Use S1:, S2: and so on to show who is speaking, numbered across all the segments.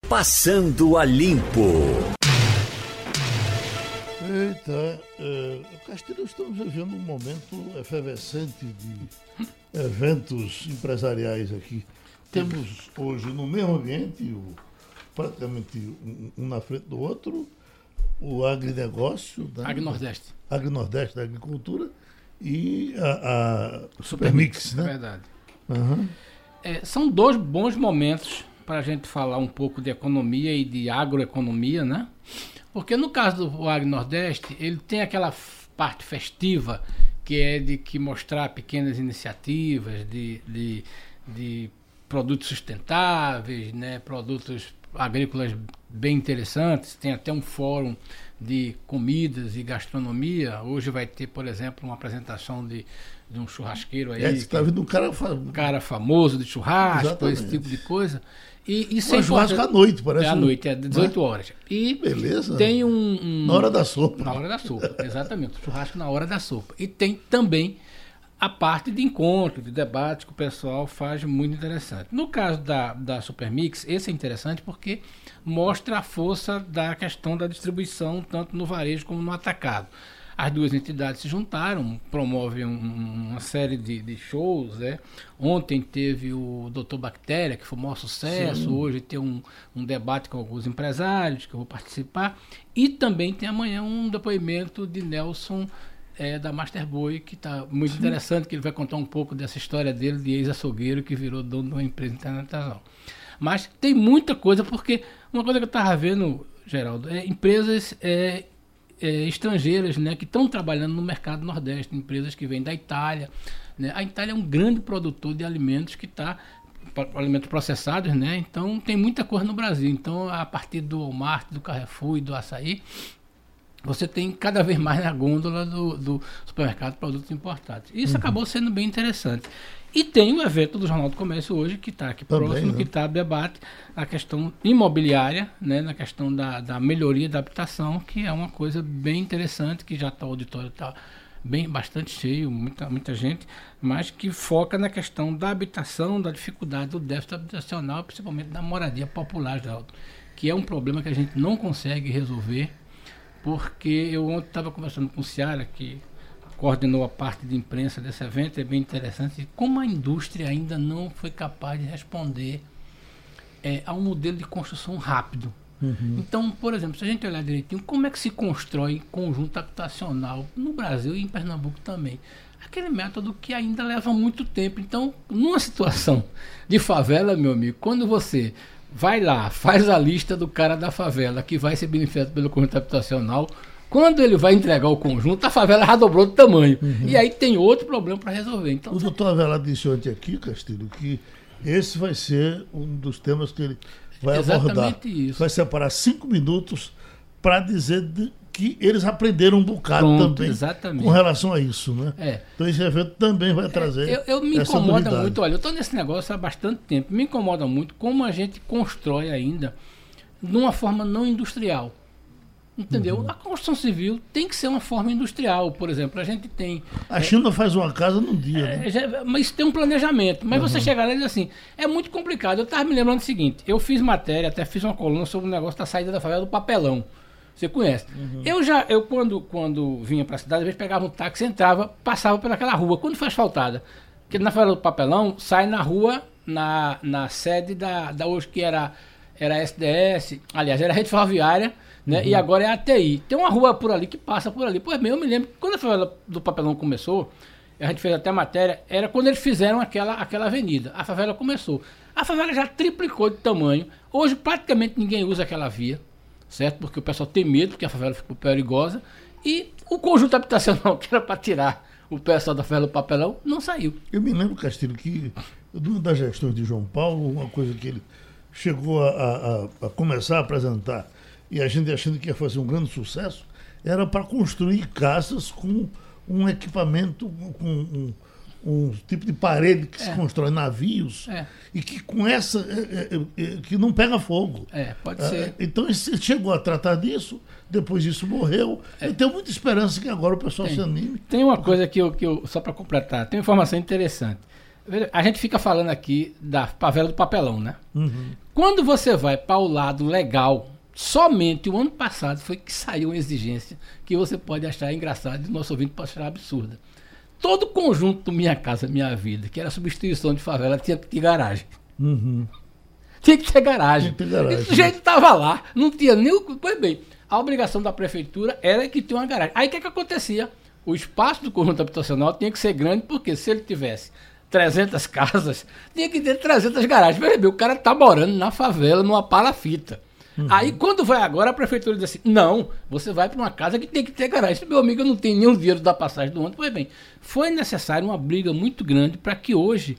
S1: Passando a Limpo.
S2: Eita, Castilho, estamos vivendo um momento efervescente de eventos empresariais aqui. Temos hoje no mesmo ambiente, praticamente um na frente do outro, o agrinegócio, né? Agrinordeste da agricultura e a Supermix, né?
S3: É verdade.
S2: Uhum.
S3: São dois bons momentos para a gente falar um pouco de economia e de agroeconomia, né? Porque no caso do Agrinordeste, ele tem aquela parte festiva que é de que mostrar pequenas iniciativas de produtos sustentáveis, né? Produtos agrícolas bem interessantes. Tem até um fórum de comidas e gastronomia. Hoje vai ter, por exemplo, uma apresentação de um churrasqueiro aí.
S2: Está vindo um
S3: cara famoso de churrasco,
S2: exatamente,
S3: esse tipo de coisa. E isso
S2: é churrasco à noite, parece.
S3: À noite, 18 horas. E
S2: beleza.
S3: Tem
S2: na hora da sopa.
S3: Na hora da sopa, exatamente. Churrasco na hora da sopa. E tem também a parte de encontro, de debate que o pessoal faz muito interessante. No caso da Supermix, esse é interessante porque mostra a força da questão da distribuição, tanto no varejo como no atacado. As duas entidades se juntaram, promovem uma série de shows, né? Ontem teve o Dr. Bactéria, que foi um maior sucesso. Sim. Hoje tem um debate com alguns empresários, que eu vou participar. E também tem amanhã um depoimento de Nelson, da Masterboy, que está muito interessante, que ele vai contar um pouco dessa história dele, de ex-açougueiro que virou dono de uma empresa internacional. Mas tem muita coisa, porque uma coisa que eu estava vendo, Geraldo, empresas estrangeiras, né, que estão trabalhando no mercado nordeste, empresas que vêm da Itália, né? A Itália é um grande produtor de alimentos que está, alimentos processados, né? Então tem muita coisa no Brasil. Então, a partir do Walmart, do Carrefour e do Açaí, você tem cada vez mais na gôndola do supermercado produtos importados. Isso acabou sendo bem interessante. E tem o evento do Jornal do Comércio hoje, que está aqui também, próximo, né? Que está a debate a questão imobiliária, né? Na questão da melhoria da habitação, que é uma coisa bem interessante, que já o auditório está bastante cheio, muita gente, mas que foca na questão da habitação, da dificuldade do déficit habitacional, principalmente da moradia popular, Geraldo, que é um problema que a gente não consegue resolver, porque eu ontem estava conversando com o Ciara, que coordenou a parte de imprensa desse evento. É bem interessante como a indústria ainda não foi capaz de responder a um modelo de construção rápido. Então, por exemplo, se a gente olhar direitinho, como é que se constrói conjunto habitacional no Brasil e em Pernambuco também? Aquele método que ainda leva muito tempo. Então, numa situação de favela, meu amigo, quando você vai lá, faz a lista do cara da favela que vai ser beneficiado pelo conjunto habitacional, quando ele vai entregar o conjunto, a favela já dobrou de tamanho. E aí tem outro problema para resolver. Então,
S2: o doutor Avelar disse ontem aqui, Castilho, que esse vai ser um dos temas que ele vai abordar.
S3: Isso.
S2: Vai separar 5 minutos para dizer que eles aprenderam um bocado também com relação a isso, né? Então esse evento também vai trazer
S3: eu me incomoda muito, olha, eu estou nesse negócio há bastante tempo, me incomoda muito como a gente constrói ainda de uma forma não industrial. Entendeu? A construção civil tem que ser uma forma industrial, por exemplo. A gente tem...
S2: A China faz uma casa num dia, né?
S3: Mas tem um planejamento. Mas você chega lá e diz assim, é muito complicado. Eu estava me lembrando do seguinte, eu fiz matéria, até fiz uma coluna sobre o negócio da saída da favela do papelão. Você conhece. Eu quando vinha para a cidade, às vezes pegava um táxi, entrava, passava pelaquela rua. Quando foi asfaltada? Porque na favela do papelão, sai na rua, na sede da hoje que era SDS, aliás, era a rede ferroviária, né? E agora é a ATI. Tem uma rua por ali que passa por ali. Pois bem, eu me lembro que quando a favela do papelão começou, a gente fez até matéria, era quando eles fizeram aquela avenida. A favela começou. A favela já triplicou de tamanho. Hoje praticamente ninguém usa aquela via, certo? Porque o pessoal tem medo, porque a favela ficou perigosa. E o conjunto habitacional que era para tirar o pessoal da favela do papelão não saiu.
S2: Eu me lembro, Castilho, que uma das gestões de João Paulo, uma coisa que ele chegou a começar a apresentar, e a gente achando que ia fazer um grande sucesso, era para construir casas com um equipamento, com um tipo de parede que se constrói navios, e que com essa que não pega fogo.
S3: Pode ser.
S2: Então ele chegou a tratar disso, depois disso morreu. Eu tenho muita esperança que agora o pessoal se anime.
S3: Tem uma coisa que eu só para completar, tem uma informação interessante. A gente fica falando aqui da favela do papelão, né? Quando você vai para o lado legal, somente o ano passado foi que saiu uma exigência que você pode achar engraçada e o nosso ouvinte pode achar absurda. Todo o conjunto do Minha Casa Minha Vida, que era a substituição de favela, tinha que ter garagem.
S2: Uhum.
S3: Tinha que ter garagem.
S2: Tinha que ter garagem.
S3: E o sujeito estava lá, não tinha nem o... Pois bem, a obrigação da prefeitura era que tinha uma garagem. Aí o que acontecia? O espaço do conjunto habitacional tinha que ser grande, porque se ele tivesse 300 casas, tinha que ter 300 garagens. Veja bem, o cara está morando na favela, numa palafita. Aí, quando vai agora, a prefeitura diz assim, não, você vai para uma casa que tem que ter garagem. Meu amigo, eu não tenho nenhum dinheiro da passagem do ônibus. Pois bem, foi necessário uma briga muito grande para que hoje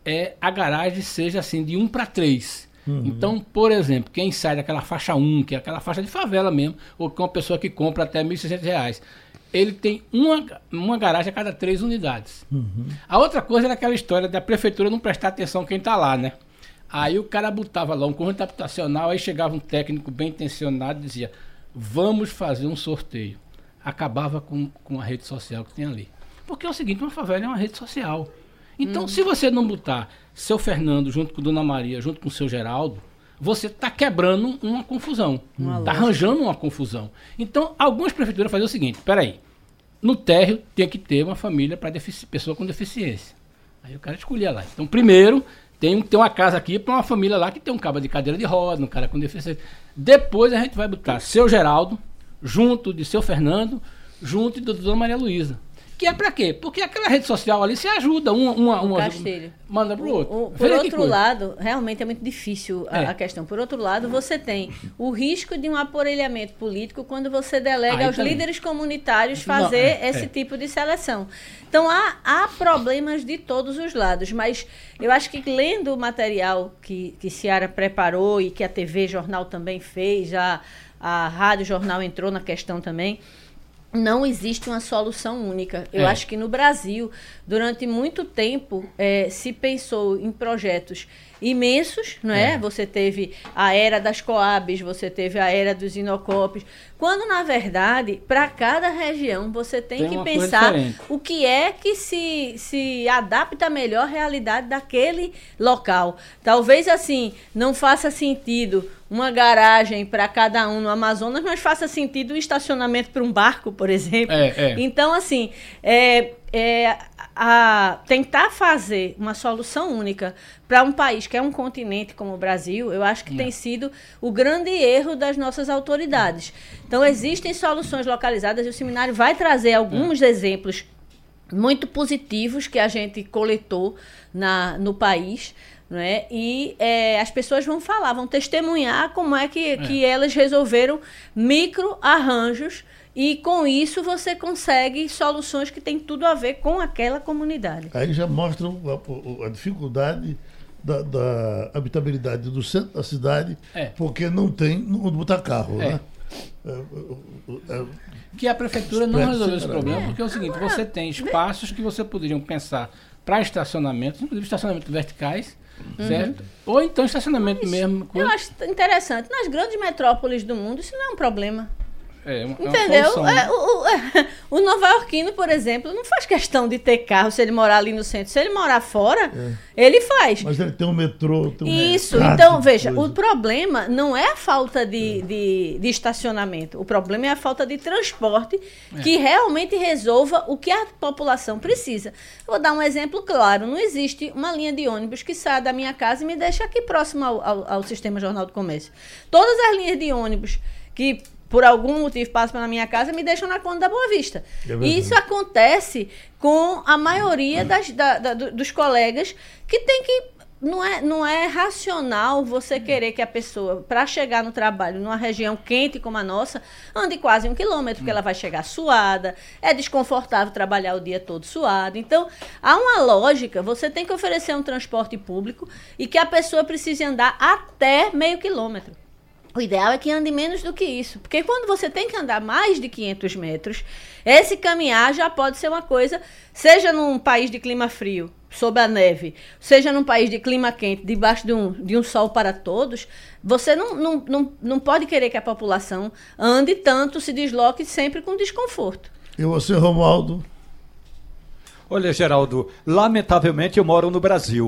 S3: a garagem seja assim, de 1 para 3. Então, por exemplo, quem sai daquela faixa 1, que é aquela faixa de favela mesmo, ou que é uma pessoa que compra até R$ 1.600, ele tem uma garagem a cada 3 unidades. A outra coisa era aquela história da prefeitura não prestar atenção quem está lá, né? Aí o cara botava lá um conjunto habitacional, aí chegava um técnico bem intencionado e dizia, vamos fazer um sorteio. Acabava com a rede social que tem ali. Porque é o seguinte, uma favela é uma rede social. Então, se você não botar seu Fernando junto com Dona Maria, junto com o seu Geraldo, você está quebrando uma confusão. Está arranjando uma confusão. Então, algumas prefeituras fazem o seguinte, peraí, no térreo tem que ter uma família para pessoa com deficiência. Aí o cara escolhia lá. Então, primeiro... Tem uma casa aqui para uma família lá que tem um cabo de cadeira de roda, um cara com deficiência. Depois a gente vai botar seu Geraldo, junto de seu Fernando, junto de Dona Maria Luísa. Que é para quê? Porque aquela rede social ali se ajuda.
S4: Castilho.
S3: Manda para o outro.
S4: Por outro lado, realmente é muito difícil a questão. Por outro lado, você tem o risco de um aparelhamento político quando você delega aos líderes comunitários fazer esse tipo de seleção. Então, há problemas de todos os lados, mas eu acho que lendo o material que Ciara preparou e que a TV Jornal também fez, a Rádio Jornal entrou na questão também, não existe uma solução única. Eu acho que no Brasil, durante muito tempo, se pensou em projetos imensos, não é? Você teve a era das Coabs, você teve a era dos Inocopes, quando, na verdade, para cada região, você tem que pensar o que é que se adapta melhor à realidade daquele local. Talvez, assim, não faça sentido uma garagem para cada um no Amazonas, mas faça sentido um estacionamento para um barco, por exemplo. Então, assim, tentar fazer uma solução única para um país que é um continente como o Brasil, eu acho que tem sido o grande erro das nossas autoridades. Então, existem soluções localizadas e o seminário vai trazer alguns exemplos muito positivos que a gente coletou no país, não é? E as pessoas vão falar, vão testemunhar como é que elas resolveram micro-arranjos e com isso você consegue soluções que têm tudo a ver com aquela comunidade.
S2: Aí já mostra a dificuldade da habitabilidade do centro da cidade, porque não tem onde botar carro, né?
S3: Que a prefeitura não resolveu esse problema, porque é o seguinte, você tem espaços que você poderiam pensar para estacionamentos, inclusive estacionamentos verticais, certo? Ou então estacionamento mesmo.
S4: Eu acho interessante. Nas grandes metrópoles do mundo, isso não é um problema.
S3: Entendeu?
S4: O nova-iorquino, por exemplo, não faz questão de ter carro se ele morar ali no centro. Se ele morar fora, ele faz.
S2: Mas ele tem um metrô.
S4: Isso. Então, veja, o problema não é a falta de estacionamento. O problema é a falta de transporte que realmente resolva o que a população precisa. Vou dar um exemplo claro. Não existe uma linha de ônibus que saia da minha casa e me deixe aqui próximo ao Sistema Jornal do Comércio. Todas as linhas de ônibus que por algum motivo passam pela minha casa, me deixam na Conde da Boa Vista. E isso acontece com a maioria dos colegas que tem que... Não é racional você querer que a pessoa, para chegar no trabalho numa região quente como a nossa, ande quase 1 quilômetro, porque ela vai chegar suada, é desconfortável trabalhar o dia todo suado. Então, há uma lógica, você tem que oferecer um transporte público e que a pessoa precise andar até meio quilômetro. O ideal é que ande menos do que isso, porque quando você tem que andar mais de 500 metros, esse caminhar já pode ser uma coisa, seja num país de clima frio, sob a neve, seja num país de clima quente, debaixo de um sol para todos, você não pode querer que a população ande tanto, se desloque sempre com desconforto.
S2: E você, Romualdo?
S5: Olha, Geraldo, lamentavelmente eu moro no Brasil.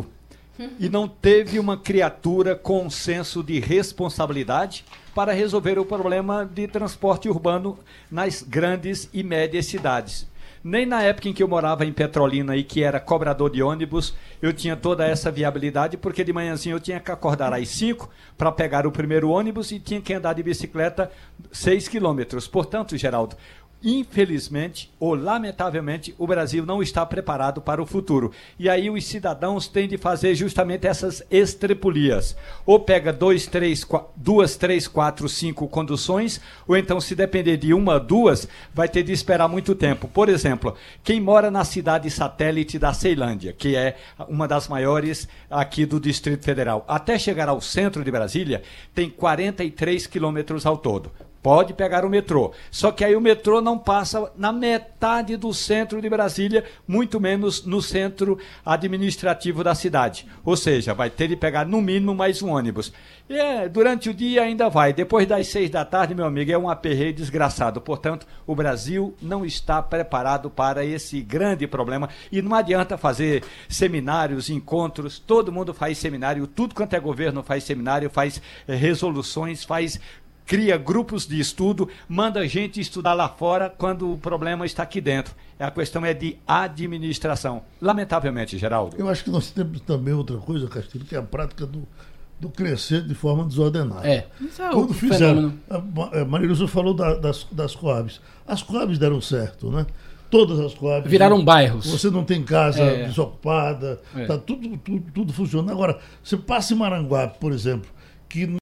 S5: e não teve uma criatura com senso de responsabilidade para resolver o problema de transporte urbano nas grandes e médias cidades. Nem na época em que eu morava em Petrolina e que era cobrador de ônibus, eu tinha toda essa viabilidade, porque de manhãzinha eu tinha que acordar às 5 para pegar o primeiro ônibus e tinha que andar de bicicleta 6 quilômetros. Portanto, Geraldo, infelizmente ou lamentavelmente, o Brasil não está preparado para o futuro. E aí os cidadãos têm de fazer justamente essas estrepulias. Ou pega 2, 3, 4, 5 conduções, ou então, se depender de uma, duas, vai ter de esperar muito tempo. Por exemplo, quem mora na cidade satélite da Ceilândia, que é uma das maiores aqui do Distrito Federal, até chegar ao centro de Brasília, tem 43 quilômetros ao todo. Pode pegar o metrô. Só que aí o metrô não passa na metade do centro de Brasília, muito menos no centro administrativo da cidade. Ou seja, vai ter de pegar no mínimo mais um ônibus. E durante o dia ainda vai. Depois das 6 da tarde, meu amigo, é um aperreio desgraçado. Portanto, o Brasil não está preparado para esse grande problema. E não adianta fazer seminários, encontros. Todo mundo faz seminário. Tudo quanto é governo faz seminário, faz resoluções, cria grupos de estudo, manda gente estudar lá fora quando o problema está aqui dentro. A questão é de administração. Lamentavelmente, Geraldo.
S2: Eu acho que nós temos também outra coisa, Castilho, que é a prática do crescer de forma desordenada.
S3: Isso é
S2: quando fizeram, a Maria Lúcia falou das Coabs. As Coabs deram certo, né? Todas as Coabs.
S3: Viraram bairros.
S2: Você não tem casa desocupada, está tudo funcionando. Agora, você passa em Maranguape, por exemplo, que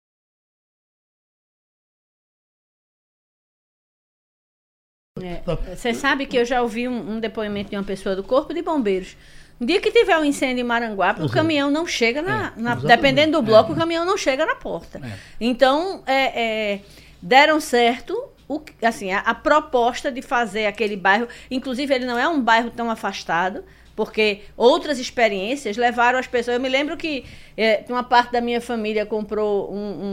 S4: Você sabe que eu já ouvi um depoimento de uma pessoa do Corpo de Bombeiros. No dia que tiver um incêndio em Maranguape, o caminhão não chega dependendo do bloco, o caminhão não chega na porta. Então, deram certo a proposta de fazer aquele bairro. Inclusive, ele não é um bairro tão afastado, porque outras experiências levaram as pessoas. Eu me lembro que uma parte da minha família comprou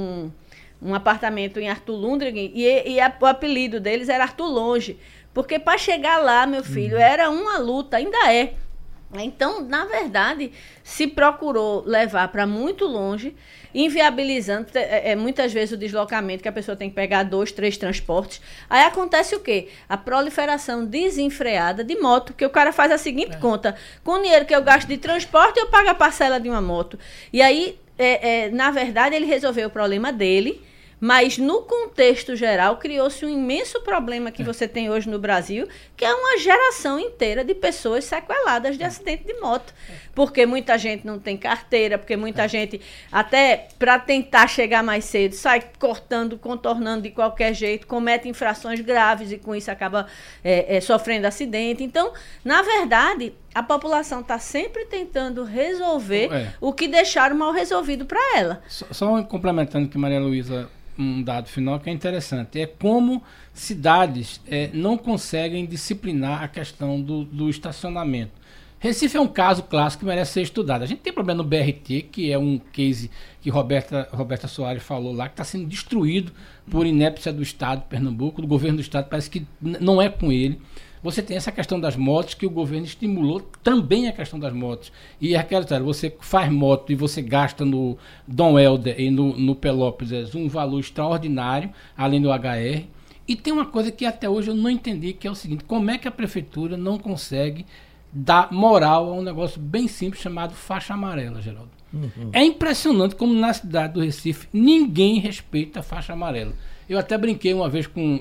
S4: um apartamento em Arthur Lundgren e o apelido deles era Arthur Longe, porque para chegar lá, meu filho, era uma luta, ainda é. Então, na verdade, se procurou levar para muito longe, inviabilizando muitas vezes o deslocamento, que a pessoa tem que pegar 2, 3 transportes. Aí acontece o quê? A proliferação desenfreada de moto, que o cara faz a seguinte conta: com o dinheiro que eu gasto de transporte, eu pago a parcela de uma moto. E aí, na verdade, ele resolveu o problema dele, mas no contexto geral criou-se um imenso problema que você tem hoje no Brasil, que é uma geração inteira de pessoas sequeladas de acidente de moto. Porque muita gente não tem carteira, porque muita gente, até para tentar chegar mais cedo, sai cortando, contornando de qualquer jeito, comete infrações graves e com isso acaba sofrendo acidente. Então, na verdade, a população está sempre tentando resolver o que deixaram mal resolvido para ela.
S3: Só complementando que Maria Luísa, um dado final que é interessante, é como cidades não conseguem disciplinar a questão do estacionamento. Recife é um caso clássico que merece ser estudado. A gente tem problema no BRT, que é um case que Roberta Soares falou lá, que está sendo destruído por inépcia do Estado de Pernambuco, do governo do Estado, parece que não é com ele. Você tem essa questão das motos, que o governo estimulou também a questão das motos. E aquela história, você faz moto e você gasta no Dom Helder e no Pelópolis um valor extraordinário, além do HR. E tem uma coisa que até hoje eu não entendi, que é o seguinte: como é que a prefeitura não consegue dar moral a um negócio bem simples chamado faixa amarela, Geraldo? É impressionante como na cidade do Recife ninguém respeita a faixa amarela. Eu até brinquei uma vez com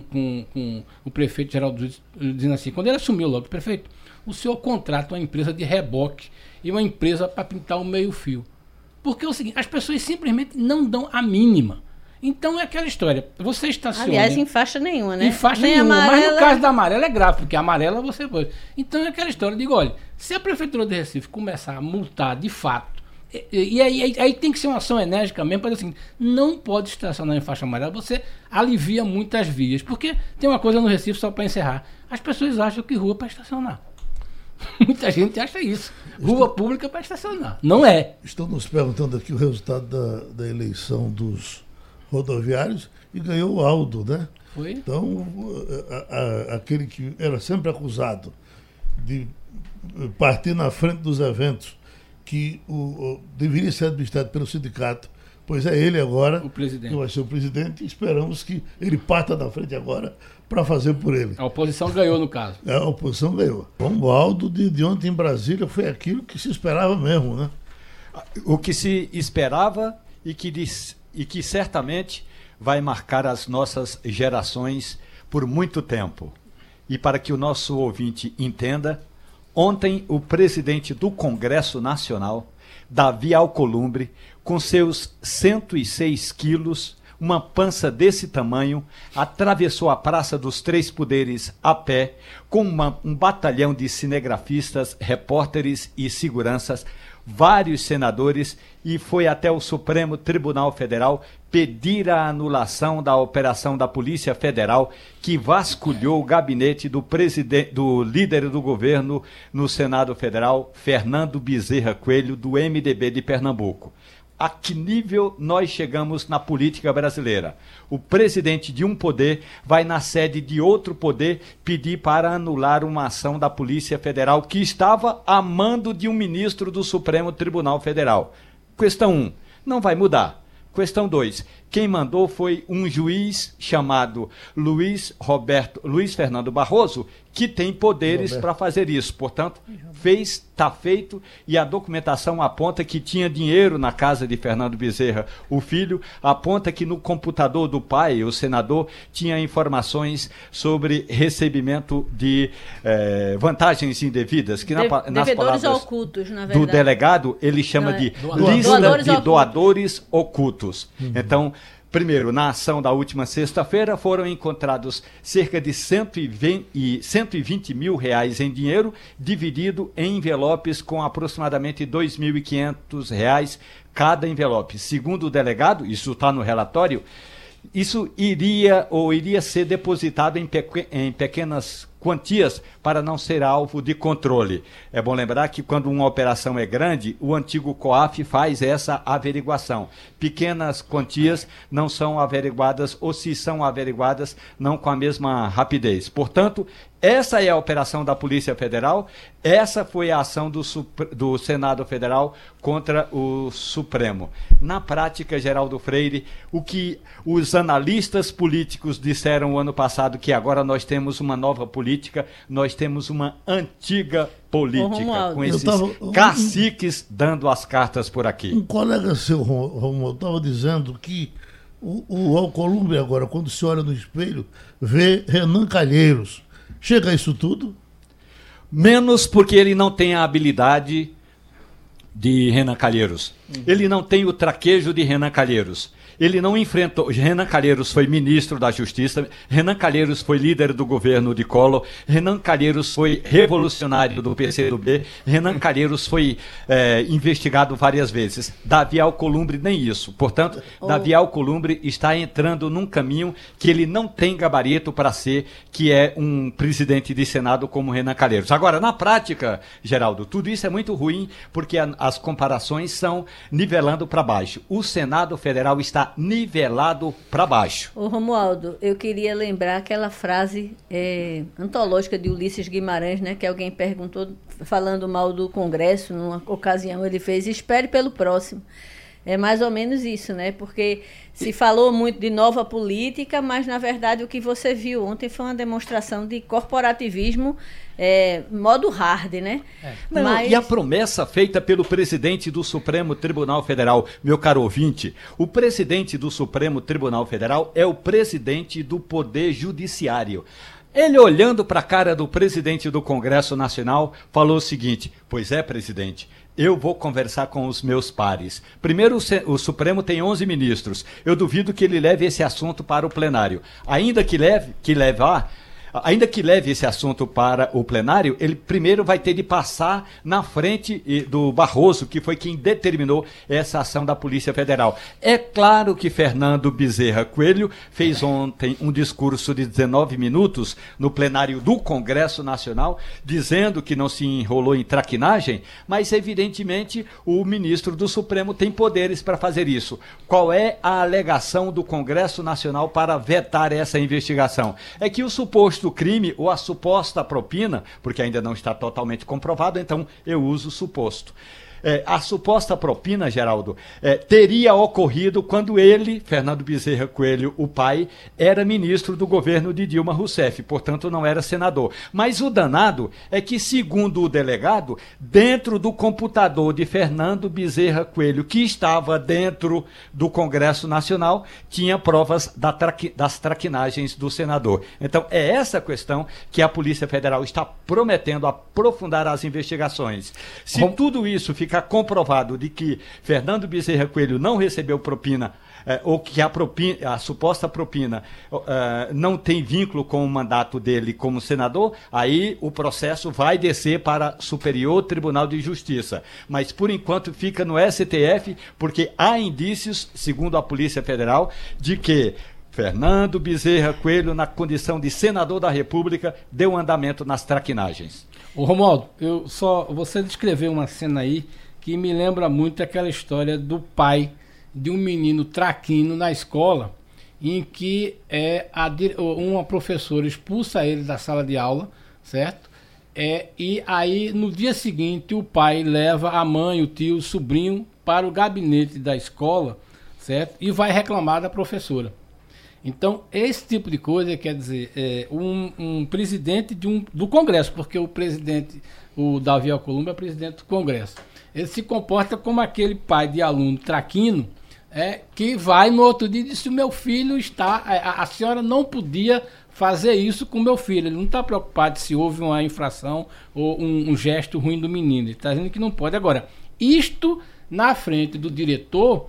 S3: o prefeito Geraldo, dizendo assim, quando ele assumiu logo, prefeito, o senhor contrata uma empresa de reboque e uma empresa para pintar o meio-fio. Porque é o seguinte, as pessoas simplesmente não dão a mínima. Então é aquela história, você estaciona...
S4: Aliás, em faixa nenhuma, né?
S3: Em faixa nenhuma, amarela... mas no caso da amarela é grave, porque a amarela você pode. Então é aquela história, eu digo, olha, se a Prefeitura de Recife começar a multar de fato, e aí tem que ser uma ação enérgica mesmo, para dizer assim, não pode estacionar em faixa amarela, você alivia muitas vias. Porque tem uma coisa no Recife, só para encerrar, as pessoas acham que rua é para estacionar. Muita gente acha isso. Rua pública é para estacionar. Não é.
S2: Estão nos perguntando aqui o resultado da eleição dos rodoviários e ganhou o Aldo, né?
S3: Foi?
S2: Então, aquele que era sempre acusado de partir na frente dos eventos que deveria ser administrado pelo sindicato, pois é ele agora
S3: o presidente.
S2: que vai ser o presidente, e esperamos que ele parta da frente agora para fazer por ele.
S3: A oposição ganhou, no caso.
S2: A oposição ganhou. O Romualdo de ontem em Brasília foi aquilo que se esperava mesmo, né?
S5: O que se esperava e que certamente vai marcar as nossas gerações por muito tempo. E para que o nosso ouvinte entenda, ontem o presidente do Congresso Nacional, Davi Alcolumbre, com seus 106 quilos, uma pança desse tamanho, atravessou a Praça dos Três Poderes a pé, com um batalhão de cinegrafistas, repórteres e seguranças, vários senadores, e foi até o Supremo Tribunal Federal pedir a anulação da operação da Polícia Federal que vasculhou o gabinete do líder do governo no Senado Federal, Fernando Bezerra Coelho, do MDB de Pernambuco. A que nível nós chegamos na política brasileira? O presidente de um poder vai na sede de outro poder pedir para anular uma ação da Polícia Federal que estava a mando de um ministro do Supremo Tribunal Federal. Questão 1, não vai mudar. Questão 2, quem mandou foi um juiz chamado Luiz Fernando Barroso, que tem poderes para fazer isso. Portanto, está feito, e a documentação aponta que tinha dinheiro na casa de Fernando Bezerra, o filho, aponta que no computador do pai, o senador, tinha informações sobre recebimento de vantagens indevidas, que nas palavras
S4: ocultos, na verdade,
S5: do delegado, ele chama de lista de doadores ocultos. Então, primeiro, na ação da última sexta-feira, foram encontrados cerca de 120 mil reais em dinheiro, dividido em envelopes com aproximadamente R$ 2.500 cada envelope. Segundo o delegado, isso está no relatório, isso iria ser depositado em pequenas quantias para não ser alvo de controle. É bom lembrar que quando uma operação é grande, o antigo COAF faz essa averiguação. Pequenas quantias não são averiguadas, ou se são averiguadas, não com a mesma rapidez. Portanto, essa é a operação da Polícia Federal, essa foi a ação do Senado Federal contra o Supremo. Na prática, Geraldo Freire, o que os analistas políticos disseram o ano passado, que agora nós temos uma nova política, nós temos uma antiga política, com esses caciques dando as cartas por aqui.
S2: Um colega seu, Romualdo, estava dizendo que o Alcolumbre agora, quando se olha no espelho, vê Renan Calheiros. Chega a isso tudo?
S5: Menos porque ele não tem a habilidade de Renan Calheiros. Ele não tem o traquejo de Renan Calheiros. Ele não enfrentou. Renan Calheiros foi ministro da Justiça, Renan Calheiros foi líder do governo de Collor, Renan Calheiros foi revolucionário do PCdoB, Renan Calheiros foi investigado várias vezes. Davi Alcolumbre nem isso. Portanto, Davi Alcolumbre está entrando num caminho que ele não tem gabarito para ser, que é um presidente de Senado como Renan Calheiros. Agora, na prática, Geraldo, tudo isso é muito ruim porque as comparações são nivelando para baixo. O Senado Federal está nivelado para baixo.
S4: Ô Romualdo, eu queria lembrar aquela frase antológica de Ulisses Guimarães, né, que alguém perguntou, falando mal do Congresso, numa ocasião ele fez: espere pelo próximo. É mais ou menos isso, né? Porque se falou muito de nova política, mas, na verdade, o que você viu ontem foi uma demonstração de corporativismo modo hard, né?
S5: Não, mas... E a promessa feita pelo presidente do Supremo Tribunal Federal, meu caro ouvinte, o presidente do Supremo Tribunal Federal é o presidente do Poder Judiciário. Ele, olhando para a cara do presidente do Congresso Nacional, falou o seguinte: pois é, presidente, eu vou conversar com os meus pares. Primeiro, o Supremo tem 11 ministros. Eu duvido que ele leve esse assunto para o plenário. Ainda que leve esse assunto para o plenário, ele primeiro vai ter de passar na frente do Barroso, que foi quem determinou essa ação da Polícia Federal. É claro que Fernando Bezerra Coelho fez ontem um discurso de 19 minutos no plenário do Congresso Nacional, dizendo que não se enrolou em traquinagem, mas evidentemente o ministro do Supremo tem poderes para fazer isso. Qual é a alegação do Congresso Nacional para vetar essa investigação? É que o suposto crime ou a suposta propina, porque ainda não está totalmente comprovado, então eu uso suposto. A suposta propina, Geraldo, teria ocorrido quando ele, Fernando Bezerra Coelho, o pai, era ministro do governo de Dilma Rousseff, portanto não era senador. Mas o danado é que, segundo o delegado, dentro do computador de Fernando Bezerra Coelho, que estava dentro do Congresso Nacional, tinha provas das traquinagens do senador. Então, é essa questão que a Polícia Federal está prometendo aprofundar as investigações. Se tudo isso ficar comprovado de que Fernando Bezerra Coelho não recebeu propina, ou que a suposta propina não tem vínculo com o mandato dele como senador, aí o processo vai descer para Superior Tribunal de Justiça. Mas, por enquanto, fica no STF, porque há indícios, segundo a Polícia Federal, de que Fernando Bezerra Coelho, na condição de senador da República, deu andamento nas traquinagens.
S3: Ô Romualdo, você descreveu uma cena aí que me lembra muito aquela história do pai de um menino traquino na escola, em que uma professora expulsa ele da sala de aula, certo? E aí, no dia seguinte, o pai leva a mãe, o tio, o sobrinho para o gabinete da escola, certo? E vai reclamar da professora. Então, esse tipo de coisa, quer dizer, um presidente do Congresso, porque o presidente, o Davi Alcolumbre, é presidente do Congresso. Ele se comporta como aquele pai de aluno traquino, que vai no outro dia e diz: o meu filho está... A senhora não podia fazer isso com o meu filho. Ele não está preocupado se houve uma infração ou um gesto ruim do menino. Ele está dizendo que não pode. Agora, isto na frente do diretor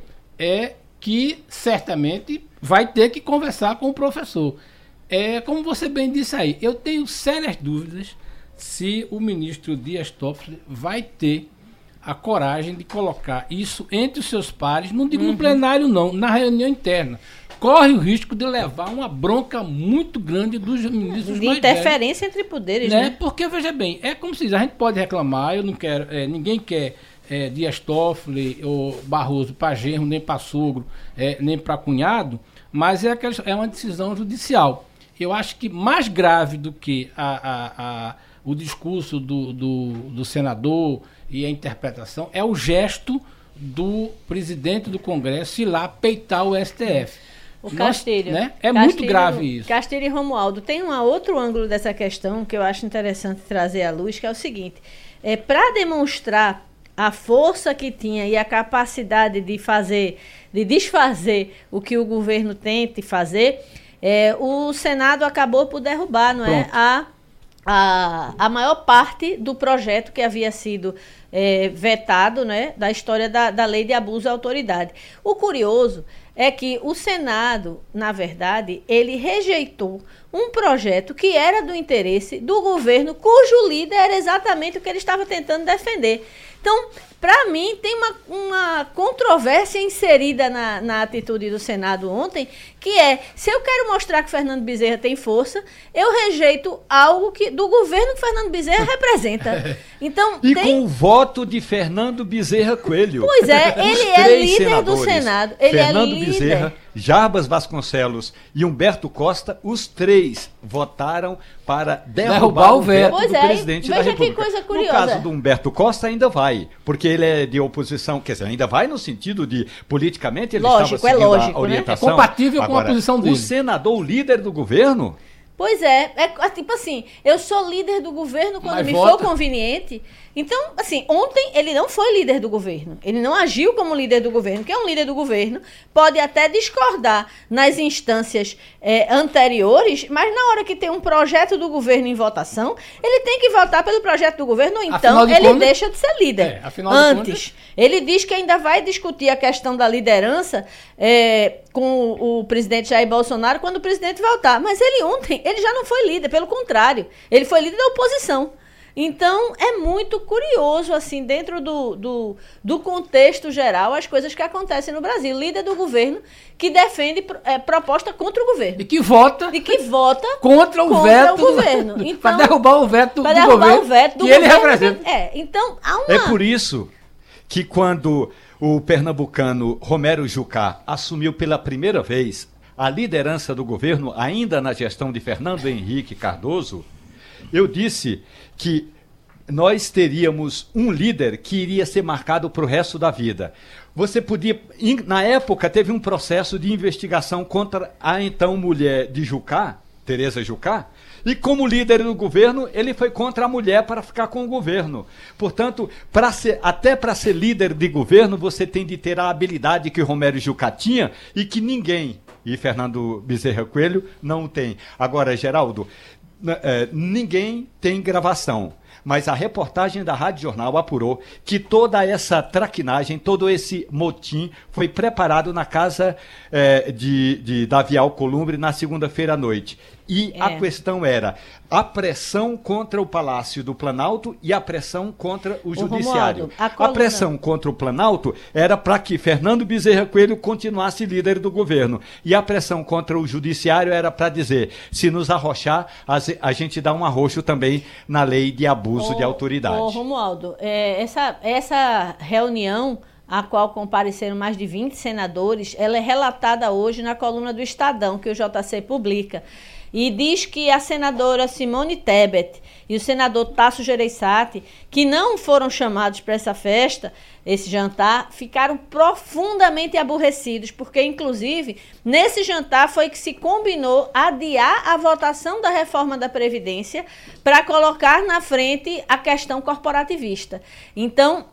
S3: que certamente vai ter que conversar com o professor. Como você bem disse aí, eu tenho sérias dúvidas se o ministro Dias Toffoli vai ter a coragem de colocar isso entre os seus pares, não digo no plenário não, na reunião interna. Corre o risco de levar uma bronca muito grande dos ministros
S4: de interferência entre poderes, né?
S3: Porque, veja bem, como se diz, a gente pode reclamar, eu não quero, ninguém quer Dias Toffoli ou Barroso para genro, nem para sogro, nem para cunhado, mas é uma decisão judicial. Eu acho que mais grave do que o discurso do senador e a interpretação é o gesto do presidente do Congresso ir lá peitar o STF.
S4: O Castilho.
S3: Muito grave isso.
S4: Castilho e Romualdo, tem um outro ângulo dessa questão que eu acho interessante trazer à luz, que é o seguinte: para demonstrar a força que tinha e a capacidade de desfazer o que o governo tenta fazer, o Senado acabou por derrubar, não é? A maior parte do projeto que havia sido vetado, né, da história da lei de abuso de autoridade. O curioso é que o Senado, na verdade, ele rejeitou um projeto que era do interesse do governo, cujo líder era exatamente o que ele estava tentando defender. Então, para mim, tem uma controvérsia inserida na atitude do Senado ontem, que se eu quero mostrar que Fernando Bezerra tem força, eu rejeito algo do governo que Fernando Bezerra representa. Então,
S5: com o voto de Fernando Bezerra Coelho.
S4: Pois ele é líder do Senado. Ele
S5: Fernando
S4: é líder.
S5: Bezerra, Jarbas Vasconcelos e Humberto Costa, os três votaram para derrubar o veto do presidente da República.
S4: Que coisa curiosa.
S5: No caso do Humberto Costa, ainda vai, porque ele é de oposição, quer dizer, ainda vai no sentido de, politicamente, ele estava seguindo a orientação.
S3: É compatível com a posição dele.
S5: O senador, o líder do governo...
S4: Pois é tipo assim, eu sou líder do governo quando me for conveniente. Então, assim, ontem ele não foi líder do governo. Ele não agiu como líder do governo, que é um líder do governo, pode até discordar nas instâncias anteriores, mas na hora que tem um projeto do governo em votação, ele tem que votar pelo projeto do governo, ou então ele deixa de ser líder. Antes, ele diz que ainda vai discutir a questão da liderança com o presidente Jair Bolsonaro quando o presidente voltar. Mas ele ontem, ele já não foi líder, pelo contrário, ele foi líder da oposição. Então, é muito curioso, assim, dentro do contexto geral, as coisas que acontecem no Brasil. Líder do governo que defende proposta contra o governo.
S3: E que vota contra o veto
S4: do governo. Então,
S3: para derrubar o veto do governo que ele representa.
S4: Então, há uma...
S5: É por isso que quando o pernambucano Romero Jucá assumiu pela primeira vez a liderança do governo, ainda na gestão de Fernando Henrique Cardoso, eu disse que nós teríamos um líder que iria ser marcado para o resto da vida. Você podia... Na época, teve um processo de investigação contra a então mulher de Jucá, Tereza Jucá, e como líder do governo, ele foi contra a mulher para ficar com o governo. Portanto, até para ser líder de governo, você tem de ter a habilidade que Romero Jucá tinha e que ninguém, e Fernando Bezerra Coelho, não tem. Agora, Geraldo, ninguém tem gravação. Mas a reportagem da Rádio Jornal apurou que toda essa traquinagem, todo esse motim foi preparado na casa de Davi Alcolumbre na segunda-feira à noite. E a questão era a pressão contra o Palácio do Planalto e a pressão contra o Judiciário.
S4: Romualdo,
S5: a pressão contra o Planalto era para que Fernando Bezerra Coelho continuasse líder do governo. E a pressão contra o Judiciário era para dizer, se nos arrochar, a gente dá um arroxo também na lei de abuso de autoridade.
S4: Romualdo, essa reunião a qual compareceram mais de 20 senadores, ela é relatada hoje na coluna do Estadão, que o JC publica. E diz que a senadora Simone Tebet e o senador Tasso Gereissati, que não foram chamados para essa festa, esse jantar, ficaram profundamente aborrecidos, porque, inclusive, nesse jantar foi que se combinou adiar a votação da reforma da Previdência para colocar na frente a questão corporativista. Então,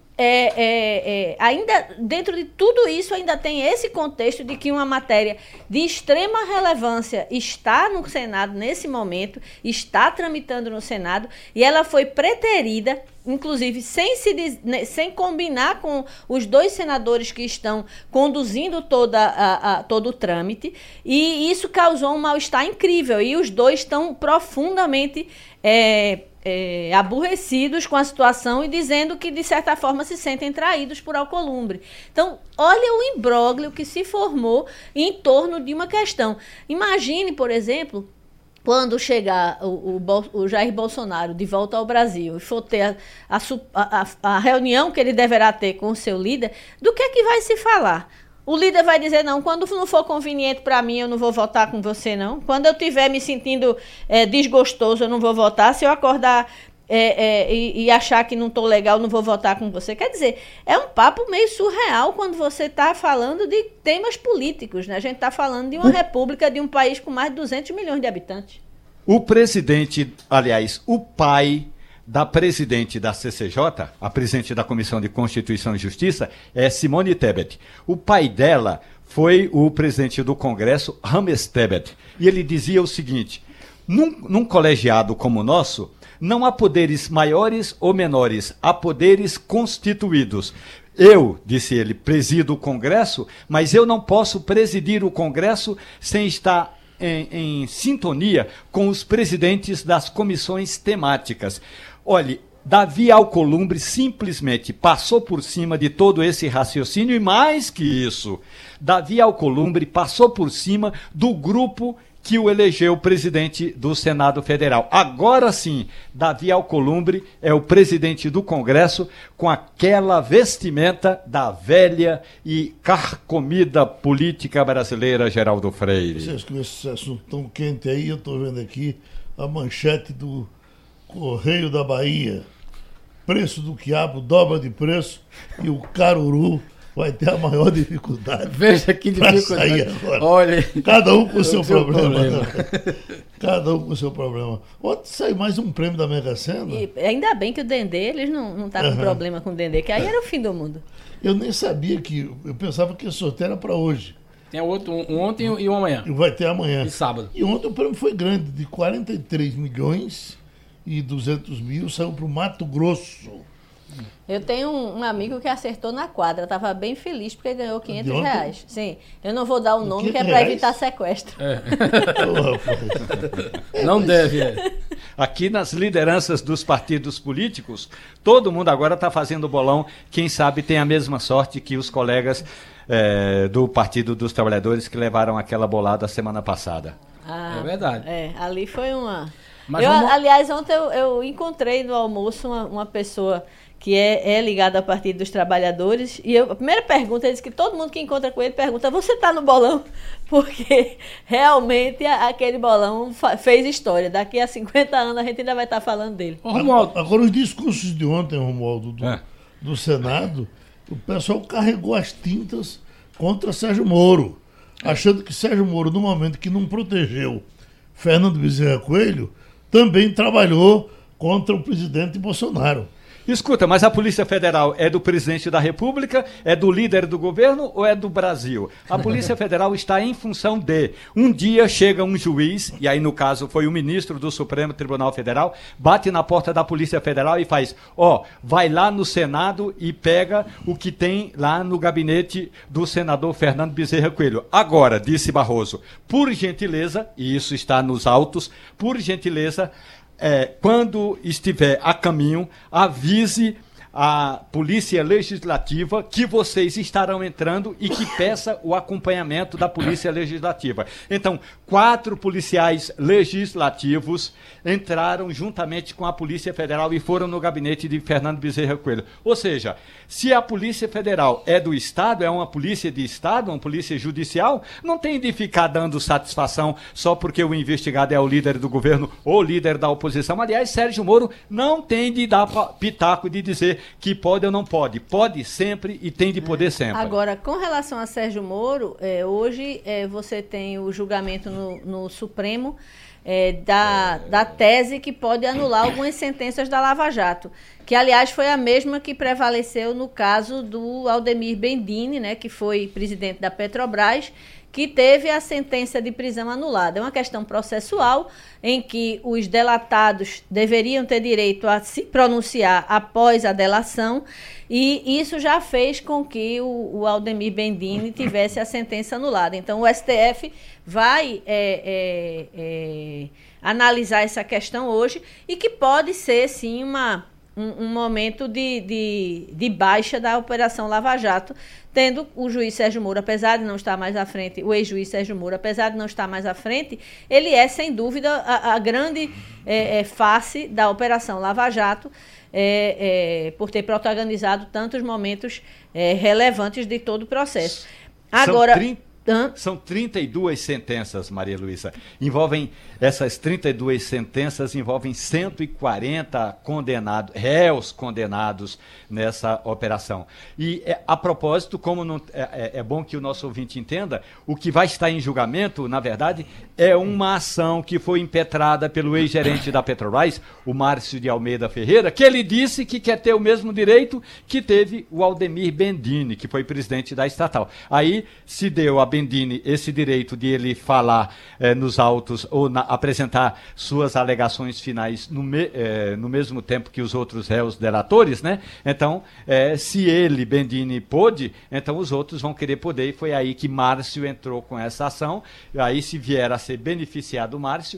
S4: ainda dentro de tudo isso ainda tem esse contexto de que uma matéria de extrema relevância está no Senado nesse momento, está tramitando no Senado e ela foi preterida, inclusive sem combinar com os dois senadores que estão conduzindo todo o trâmite, e isso causou um mal-estar incrível e os dois estão profundamente aborrecidos com a situação e dizendo que, de certa forma, se sentem traídos por Alcolumbre. Então, olha o imbróglio que se formou em torno de uma questão. Imagine, por exemplo, quando chegar o Jair Bolsonaro de volta ao Brasil e for ter a reunião que ele deverá ter com o seu líder, do que vai se falar? O líder vai dizer, não, quando não for conveniente para mim, eu não vou votar com você, não. Quando eu estiver me sentindo desgostoso, eu não vou votar. Se eu acordar e achar que não estou legal, eu não vou votar com você. Quer dizer, é um papo meio surreal quando você está falando de temas políticos, né? A gente está falando de uma república, de um país com mais de 200 milhões de habitantes.
S5: O presidente, aliás, o pai da presidente da CCJ, a presidente da Comissão de Constituição e Justiça, é Simone Tebet. O pai dela foi o presidente do Congresso, Rames Tebet. E ele dizia o seguinte, num colegiado como o nosso, não há poderes maiores ou menores, há poderes constituídos. Eu, disse ele, presido o Congresso, mas eu não posso presidir o Congresso sem estar em sintonia com os presidentes das comissões temáticas. Olhe, Davi Alcolumbre simplesmente passou por cima de todo esse raciocínio e, mais que isso, Davi Alcolumbre passou por cima do grupo que o elegeu presidente do Senado Federal. Agora sim, Davi Alcolumbre é o presidente do Congresso com aquela vestimenta da velha e carcomida política brasileira, Geraldo Freire.
S2: Vocês com esse assunto tão quente aí, eu estou vendo aqui a manchete do Correio da Bahia. Preço do quiabo dobra de preço e o caruru vai ter a maior dificuldade.
S3: Veja que dificuldade. Olha,
S2: cada um com o seu problema. Cada um com o seu problema. Ontem saiu mais um prêmio da Mega Sena.
S4: E ainda bem que o Dendê, eles não tá com problema com o Dendê, que aí era o fim do mundo.
S2: Eu nem sabia eu pensava que o sorteio era para hoje.
S3: Tem outro, um ontem e um amanhã.
S2: E vai ter amanhã.
S3: E sábado.
S2: E ontem o prêmio foi grande, de 43 milhões e 200 mil, saiu para o Mato Grosso.
S4: Eu tenho um amigo que acertou na quadra, estava bem feliz porque ganhou R$500. Sim, eu não vou dar o nome que é para evitar sequestro.
S3: Não deve.
S5: Aqui nas lideranças dos partidos políticos, todo mundo agora está fazendo bolão. Quem sabe tem a mesma sorte que os colegas do Partido dos Trabalhadores que levaram aquela bolada semana passada.
S3: É verdade.
S4: Ali foi uma...
S3: Mas
S4: aliás, ontem eu encontrei no almoço uma pessoa que é ligada ao Partido dos Trabalhadores, e a primeira pergunta, ele disse que todo mundo que encontra com ele pergunta: você está no bolão? Porque realmente aquele bolão fez história. Daqui a 50 anos a gente ainda vai estar falando dele.
S2: Agora, os discursos de ontem, Romualdo, do Senado, o pessoal carregou as tintas contra Sérgio Moro, achando que Sérgio Moro, no momento que não protegeu Fernando Bezerra Coelho, também trabalhou contra o presidente Bolsonaro.
S5: Escuta, mas a Polícia Federal é do presidente da República, é do líder do governo ou é do Brasil? A Polícia Federal está em função de... Um dia chega um juiz, e aí no caso foi o ministro do Supremo Tribunal Federal, bate na porta da Polícia Federal e faz: vai lá no Senado e pega o que tem lá no gabinete do senador Fernando Bezerra Coelho. Agora, disse Barroso, por gentileza, e isso está nos autos, por gentileza... quando estiver a caminho, avise a Polícia Legislativa que vocês estarão entrando e que peça o acompanhamento da Polícia Legislativa. Então, 4 policiais legislativos entraram juntamente com a Polícia Federal e foram no gabinete de Fernando Bezerra Coelho. Ou seja, se a Polícia Federal é do Estado, é uma polícia de Estado, uma polícia judicial, não tem de ficar dando satisfação só porque o investigado é o líder do governo ou líder da oposição. Aliás, Sérgio Moro não tem de dar pitaco de dizer que pode ou não pode. Pode sempre e tem de poder sempre.
S4: Agora, com relação a Sérgio Moro, hoje você tem o julgamento no Supremo da tese que pode anular algumas sentenças da Lava Jato, que, aliás, foi a mesma que prevaleceu no caso do Aldemir Bendini, né, que foi presidente da Petrobras, que teve a sentença de prisão anulada. É uma questão processual em que os delatados deveriam ter direito a se pronunciar após a delação, e isso já fez com que o Aldemir Bendini tivesse a sentença anulada. Então, o STF vai analisar essa questão hoje, e que pode ser, sim, um momento de baixa da Operação Lava Jato, tendo o juiz Sérgio Moro, apesar de não estar mais à frente, o ex-juiz Sérgio Moro, apesar de não estar mais à frente, ele é, sem dúvida, a grande face da Operação Lava Jato, por ter protagonizado tantos momentos relevantes de todo o processo. Agora...
S5: São 32 sentenças, Maria Luísa. Essas 32 sentenças envolvem 140 réus condenados nessa operação. E, a propósito, como não, é bom que o nosso ouvinte entenda, o que vai estar em julgamento, na verdade, é uma ação que foi impetrada pelo ex-gerente da Petrobras, o Márcio de Almeida Ferreira, que ele disse que quer ter o mesmo direito que teve o Aldemir Bendini, que foi presidente da estatal. Aí se deu a Bendini esse direito de ele falar nos autos ou apresentar suas alegações finais no mesmo tempo que os outros réus delatores, né? Então, se ele, Bendini, pôde, então os outros vão querer poder, e foi aí que Márcio entrou com essa ação. E aí, se vier a ser beneficiado Márcio,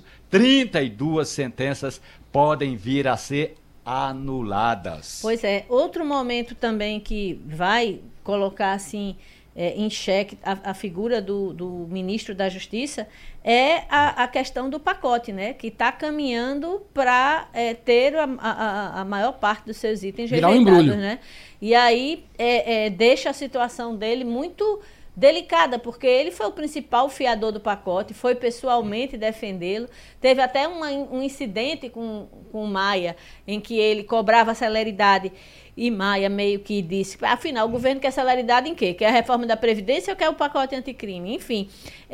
S5: 32 sentenças podem vir a ser anuladas.
S4: Pois é, outro momento também que vai colocar assim em xeque a figura do ministro da Justiça é a questão do pacote, né, que está caminhando para ter a maior parte dos seus itens rejeitados, né? E aí deixa a situação dele muito delicada, porque ele foi o principal fiador do pacote, foi pessoalmente defendê-lo. Teve até um incidente com o Maia, em que ele cobrava celeridade, e Maia meio que disse: afinal, o governo quer celeridade em quê? Quer a reforma da Previdência ou quer o pacote anticrime? Enfim,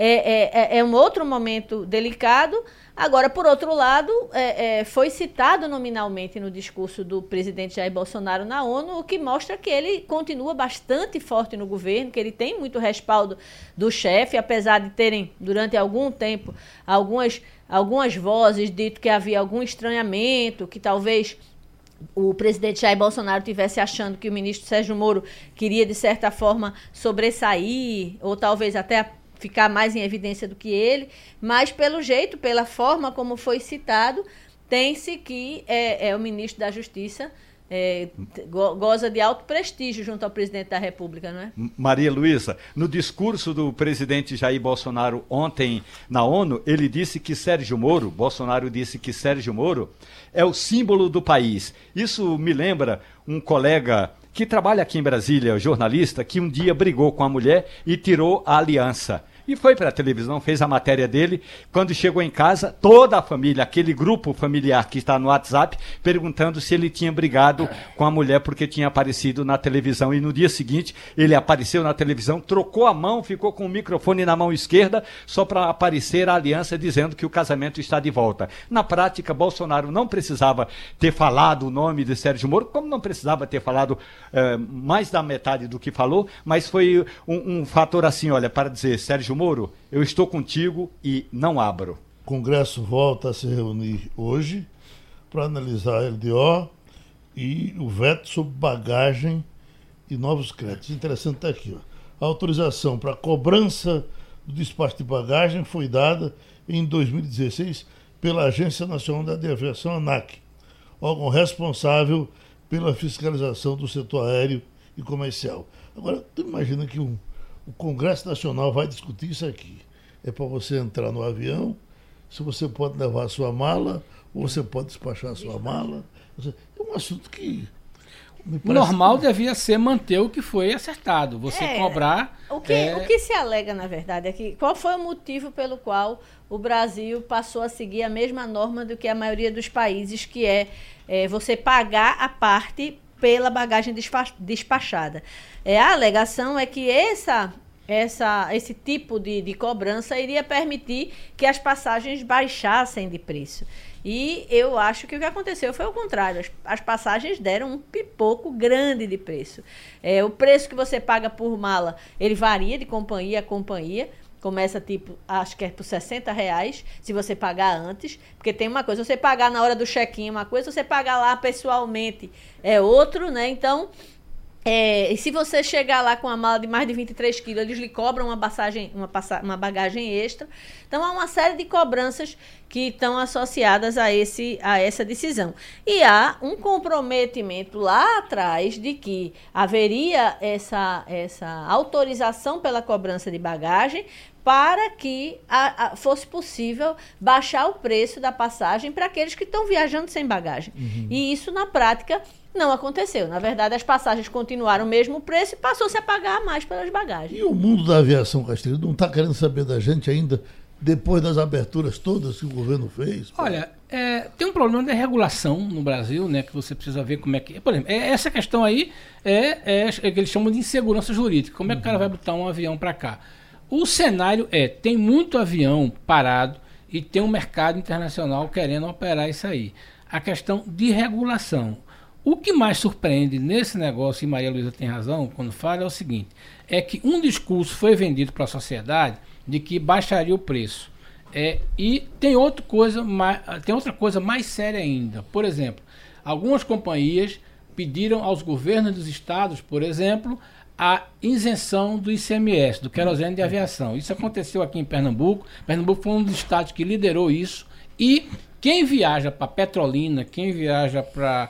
S4: é um outro momento delicado. Agora, por outro lado, foi citado nominalmente no discurso do presidente Jair Bolsonaro na ONU, o que mostra que ele continua bastante forte no governo, que ele tem muito respaldo do chefe, apesar de terem, durante algum tempo, algumas vozes dito que havia algum estranhamento, que talvez o presidente Jair Bolsonaro estivesse achando que o ministro Sérgio Moro queria, de certa forma, sobressair, ou talvez até ficar mais em evidência do que ele, mas pelo jeito, pela forma como foi citado, tem-se que o ministro da Justiça goza de alto prestígio junto ao presidente da República, não é?
S5: Maria Luísa, no discurso do presidente Jair Bolsonaro ontem na ONU, ele disse que Bolsonaro disse que Sérgio Moro é o símbolo do país. Isso me lembra um colega que trabalha aqui em Brasília, jornalista, que um dia brigou com a mulher e tirou a aliança. E foi para a televisão, fez a matéria dele. Quando chegou em casa, toda a família, aquele grupo familiar que está no WhatsApp, perguntando se ele tinha brigado com a mulher porque tinha aparecido na televisão. E no dia seguinte, ele apareceu na televisão, trocou a mão, ficou com o microfone na mão esquerda, só para aparecer a aliança dizendo que o casamento está de volta. Na prática, Bolsonaro não precisava ter falado o nome de Sérgio Moro, como não precisava ter falado mais da metade do que falou, mas foi um fator assim, olha, para dizer, Sérgio Moro, eu estou contigo e não abro.
S2: O Congresso volta a se reunir hoje para analisar a LDO e o veto sobre bagagem e novos créditos. Interessante está aqui. A autorização para a cobrança do despacho de bagagem foi dada em 2016 pela Agência Nacional de Aviação, ANAC, órgão responsável pela fiscalização do setor aéreo e comercial. Agora, tu imagina que o Congresso Nacional vai discutir isso aqui. É para você entrar no avião, se você pode levar a sua mala, ou você pode despachar a sua mala. É um assunto que...
S3: O normal devia ser manter o que foi acertado. Você cobrar...
S4: O que se alega, na verdade, é que qual foi o motivo pelo qual o Brasil passou a seguir a mesma norma do que a maioria dos países, que é você pagar a parte pela bagagem despachada. A alegação é que esse tipo de cobrança iria permitir que as passagens baixassem de preço. E eu acho que o que aconteceu foi o contrário. As passagens deram um pipoco grande de preço. O preço que você paga por mala, ele varia de companhia a companhia. Começa, acho que é por R$60, se você pagar antes. Porque tem uma coisa, você pagar na hora do check-in é uma coisa, você pagar lá pessoalmente é outro, né? Então, e se você chegar lá com uma mala de mais de 23 quilos, eles lhe cobram uma bagagem extra. Então, há uma série de cobranças que estão associadas a essa decisão. E há um comprometimento lá atrás de que haveria essa autorização pela cobrança de bagagem para que fosse possível baixar o preço da passagem para aqueles que estão viajando sem bagagem. Uhum. E isso, na prática, não aconteceu. Na verdade, as passagens continuaram o mesmo preço e passou-se a pagar mais pelas bagagens.
S2: E o mundo da aviação, Castilho, não está querendo saber da gente ainda, depois das aberturas todas que o governo fez?
S3: Olha, tem um problema de regulação no Brasil, né, que você precisa ver como é que... Por exemplo, essa questão aí é que eles chamam de insegurança jurídica. Como é que o cara vai botar um avião para cá? O cenário tem muito avião parado e tem um mercado internacional querendo operar isso aí. A questão de regulação. O que mais surpreende nesse negócio, e Maria Luísa tem razão quando fala, é o seguinte, é que um discurso foi vendido para a sociedade de que baixaria o preço. E tem outra coisa mais séria ainda. Por exemplo, algumas companhias pediram aos governos dos estados, por exemplo, a isenção do ICMS, do querosene de aviação. Isso aconteceu aqui em Pernambuco. Pernambuco foi um dos estados que liderou isso. E quem viaja para Petrolina, quem viaja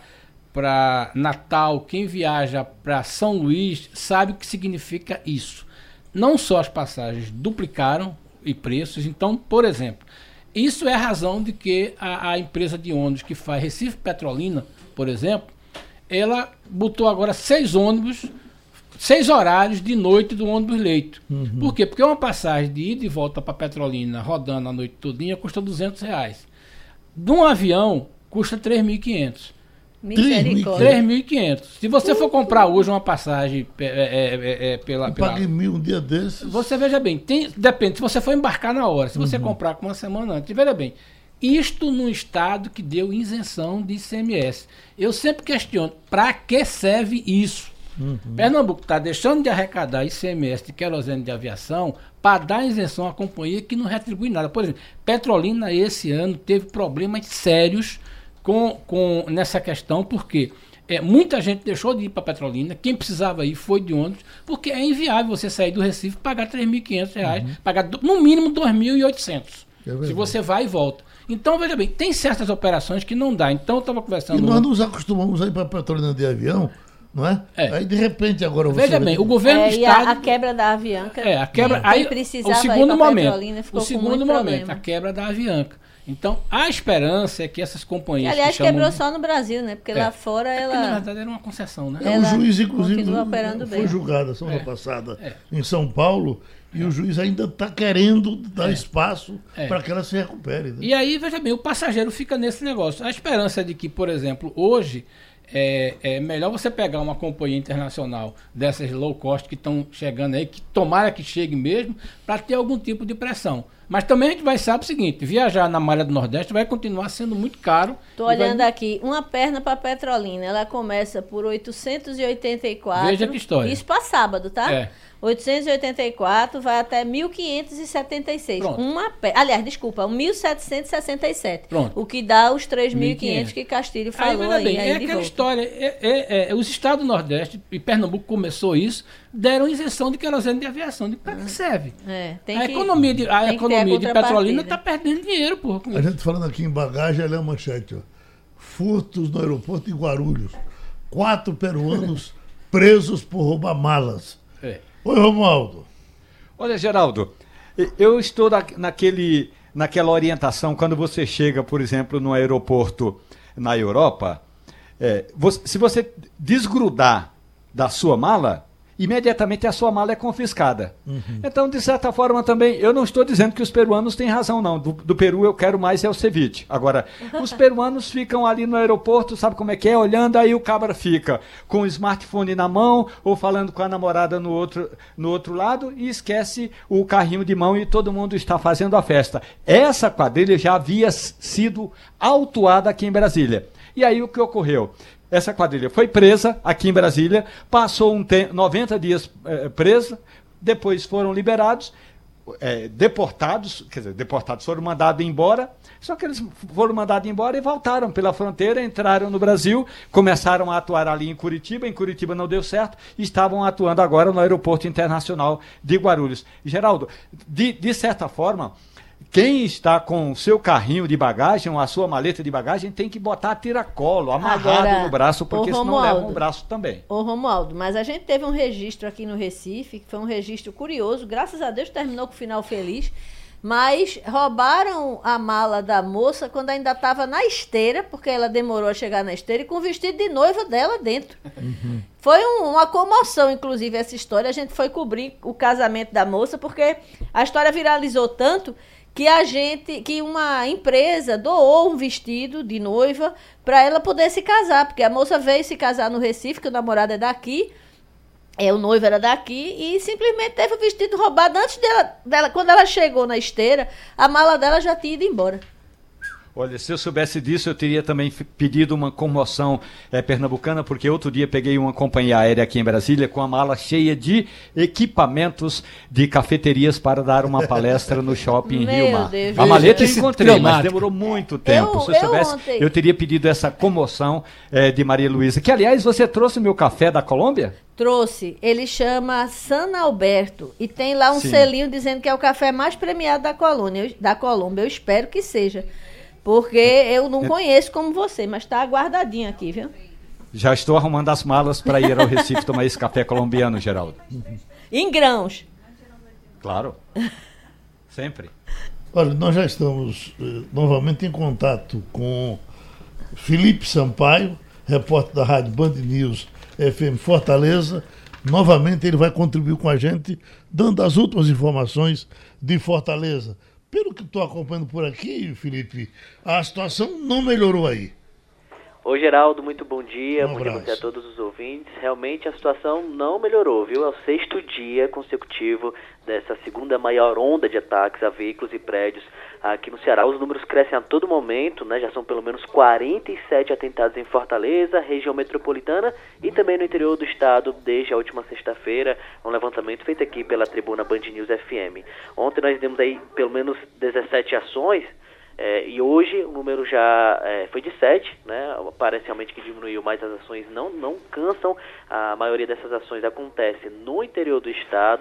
S3: para Natal, quem viaja para São Luís, sabe o que significa isso. Não só as passagens duplicaram e preços. Então, por exemplo, isso é a razão de que a empresa de ônibus que faz Recife Petrolina, por exemplo, ela botou agora 6 horários de noite do ônibus leito. Uhum. Por quê? Porque uma passagem de ida e volta para Petrolina, rodando a noite todinha, custa R$200. De um avião, custa R$3.500. 3.500. Se você for comprar hoje uma passagem pela...
S2: Pague 1.000 um dia desses.
S3: Você veja bem, depende, se você for embarcar na hora, se você comprar com uma semana antes, veja bem, isto num estado que deu isenção de ICMS. Eu sempre questiono, para que serve isso? Pernambuco está deixando de arrecadar ICMS de querosene de aviação para dar isenção à companhia que não retribui nada. Por exemplo, Petrolina esse ano teve problemas sérios nessa questão, porque muita gente deixou de ir para Petrolina, quem precisava ir foi de ônibus, porque é inviável você sair do Recife e pagar R$3.500, pagar no mínimo R$2.800. Se você vai e volta. Então, veja bem, tem certas operações que não dá. Então, eu estava conversando...
S2: E nós nos acostumamos a ir para Petrolina de avião, não é? Aí, de repente, agora você...
S3: Veja bem, o governo do
S4: e
S3: Estado...
S4: a quebra da Avianca...
S3: a quebra... Aí,
S4: precisava
S3: o segundo
S4: ir pra
S3: momento,
S4: Petrolina, ficou
S3: o
S4: com
S3: segundo
S4: muito
S3: momento,
S4: problema.
S3: a quebra da Avianca. Então, a esperança é que essas companhias...
S4: Aliás,
S3: que chamam...
S4: quebrou só no Brasil, né? Porque lá fora ela...
S3: Porque, na verdade, era uma concessão, né?
S2: O juiz, inclusive,
S4: continua operando
S2: foi
S4: bem.
S2: julgado a semana passada em São Paulo, e o juiz ainda está querendo dar espaço para que ela se recupere. Né?
S3: E aí, veja bem, o passageiro fica nesse negócio. A esperança é de que, por exemplo, hoje é melhor você pegar uma companhia internacional dessas low cost que estão chegando aí, que tomara que chegue mesmo, para ter algum tipo de pressão. Mas também a gente vai saber o seguinte, viajar na Malha do Nordeste vai continuar sendo muito caro.
S4: Estou olhando aqui, uma perna para Petrolina, ela começa por 884.
S3: Veja que história.
S4: Isso para sábado, tá? 884 vai até 1.576.
S3: Pronto.
S4: Aliás, desculpa, 1.767.
S3: Pronto.
S4: O que dá os 3.500 que Castilho falou aí.
S3: Bem,
S4: aí
S3: é aquela história. Os estados do Nordeste, e Pernambuco começou isso, deram isenção de querosene de aviação. Para que serve? A economia de Petrolina está perdendo dinheiro, porra.
S2: A gente falando aqui em bagagem, olha a manchete, ó. Furtos no aeroporto de Guarulhos. 4 peruanos presos por roubar malas. Oi, Romualdo.
S5: Olha, Geraldo, eu estou naquela orientação, quando você chega, por exemplo, no aeroporto na Europa, se você desgrudar da sua mala, imediatamente a sua mala é confiscada. Então, de certa forma, também, eu não estou dizendo que os peruanos têm razão, não. Do Peru eu quero mais o ceviche. Agora, os peruanos ficam ali no aeroporto, sabe como é que é? Olhando, aí o cabra fica com o smartphone na mão ou falando com a namorada no outro lado e esquece o carrinho de mão e todo mundo está fazendo a festa. Essa quadrilha já havia sido autuada aqui em Brasília. E aí o que ocorreu? Essa quadrilha foi presa aqui em Brasília, passou 90 dias presa, depois foram liberados, deportados, foram mandados embora, só que eles foram mandados embora e voltaram pela fronteira, entraram no Brasil, começaram a atuar ali em Curitiba não deu certo, e estavam atuando agora no Aeroporto Internacional de Guarulhos. Geraldo, de certa forma, quem está com o seu carrinho de bagagem, ou a sua maleta de bagagem, tem que botar tiracolo, amarrado no braço, porque senão leva um braço também.
S4: Ô Romualdo, mas a gente teve um registro aqui no Recife, que foi um registro curioso, graças a Deus terminou com o final feliz, mas roubaram a mala da moça quando ainda estava na esteira, porque ela demorou a chegar na esteira, e com o vestido de noiva dela dentro. Foi uma comoção, inclusive, essa história. A gente foi cobrir o casamento da moça, porque a história viralizou tanto que uma empresa doou um vestido de noiva para ela poder se casar, porque a moça veio se casar no Recife, que o namorado é daqui, o noivo era daqui, e simplesmente teve o vestido roubado antes dela. Quando ela chegou na esteira, a mala dela já tinha ido embora.
S5: Olha, se eu soubesse disso, eu teria também pedido uma comoção pernambucana, porque outro dia peguei uma companhia aérea aqui em Brasília com a mala cheia de equipamentos de cafeterias para dar uma palestra no shopping em Rio Mar. A maleta eu encontrei, mas demorou muito tempo. Se eu soubesse, eu teria pedido essa comoção de Maria Luísa. Que, aliás, você trouxe o meu café da Colômbia?
S4: Trouxe. Ele chama San Alberto e tem lá um selinho dizendo que é o café mais premiado da Colômbia. Eu espero que seja. Porque eu não conheço como você, mas está guardadinho aqui, viu?
S5: Já estou arrumando as malas para ir ao Recife tomar esse café colombiano, Geraldo.
S4: Em grãos.
S5: Claro. Sempre.
S2: Olha, nós já estamos novamente em contato com Felipe Sampaio, repórter da Rádio Band News FM Fortaleza. Novamente ele vai contribuir com a gente, dando as últimas informações de Fortaleza. Pelo que estou acompanhando por aqui, Felipe, a situação não melhorou aí.
S6: Oi, Geraldo, muito bom dia.
S2: Bom
S6: dia a todos os ouvintes. Realmente a situação não melhorou, viu? É o 6º dia consecutivo dessa segunda maior onda de ataques a veículos e prédios aqui no Ceará. Os números crescem a todo momento, né? Já são pelo menos 47 atentados em Fortaleza, região metropolitana e também no interior do estado desde a última sexta-feira. Um levantamento feito aqui pela tribuna Band News FM. Ontem nós demos aí pelo menos 17 ações. E hoje o número já foi de 7, né? Parece realmente que diminuiu, mas as ações não cansam. A maioria dessas ações acontece no interior do estado.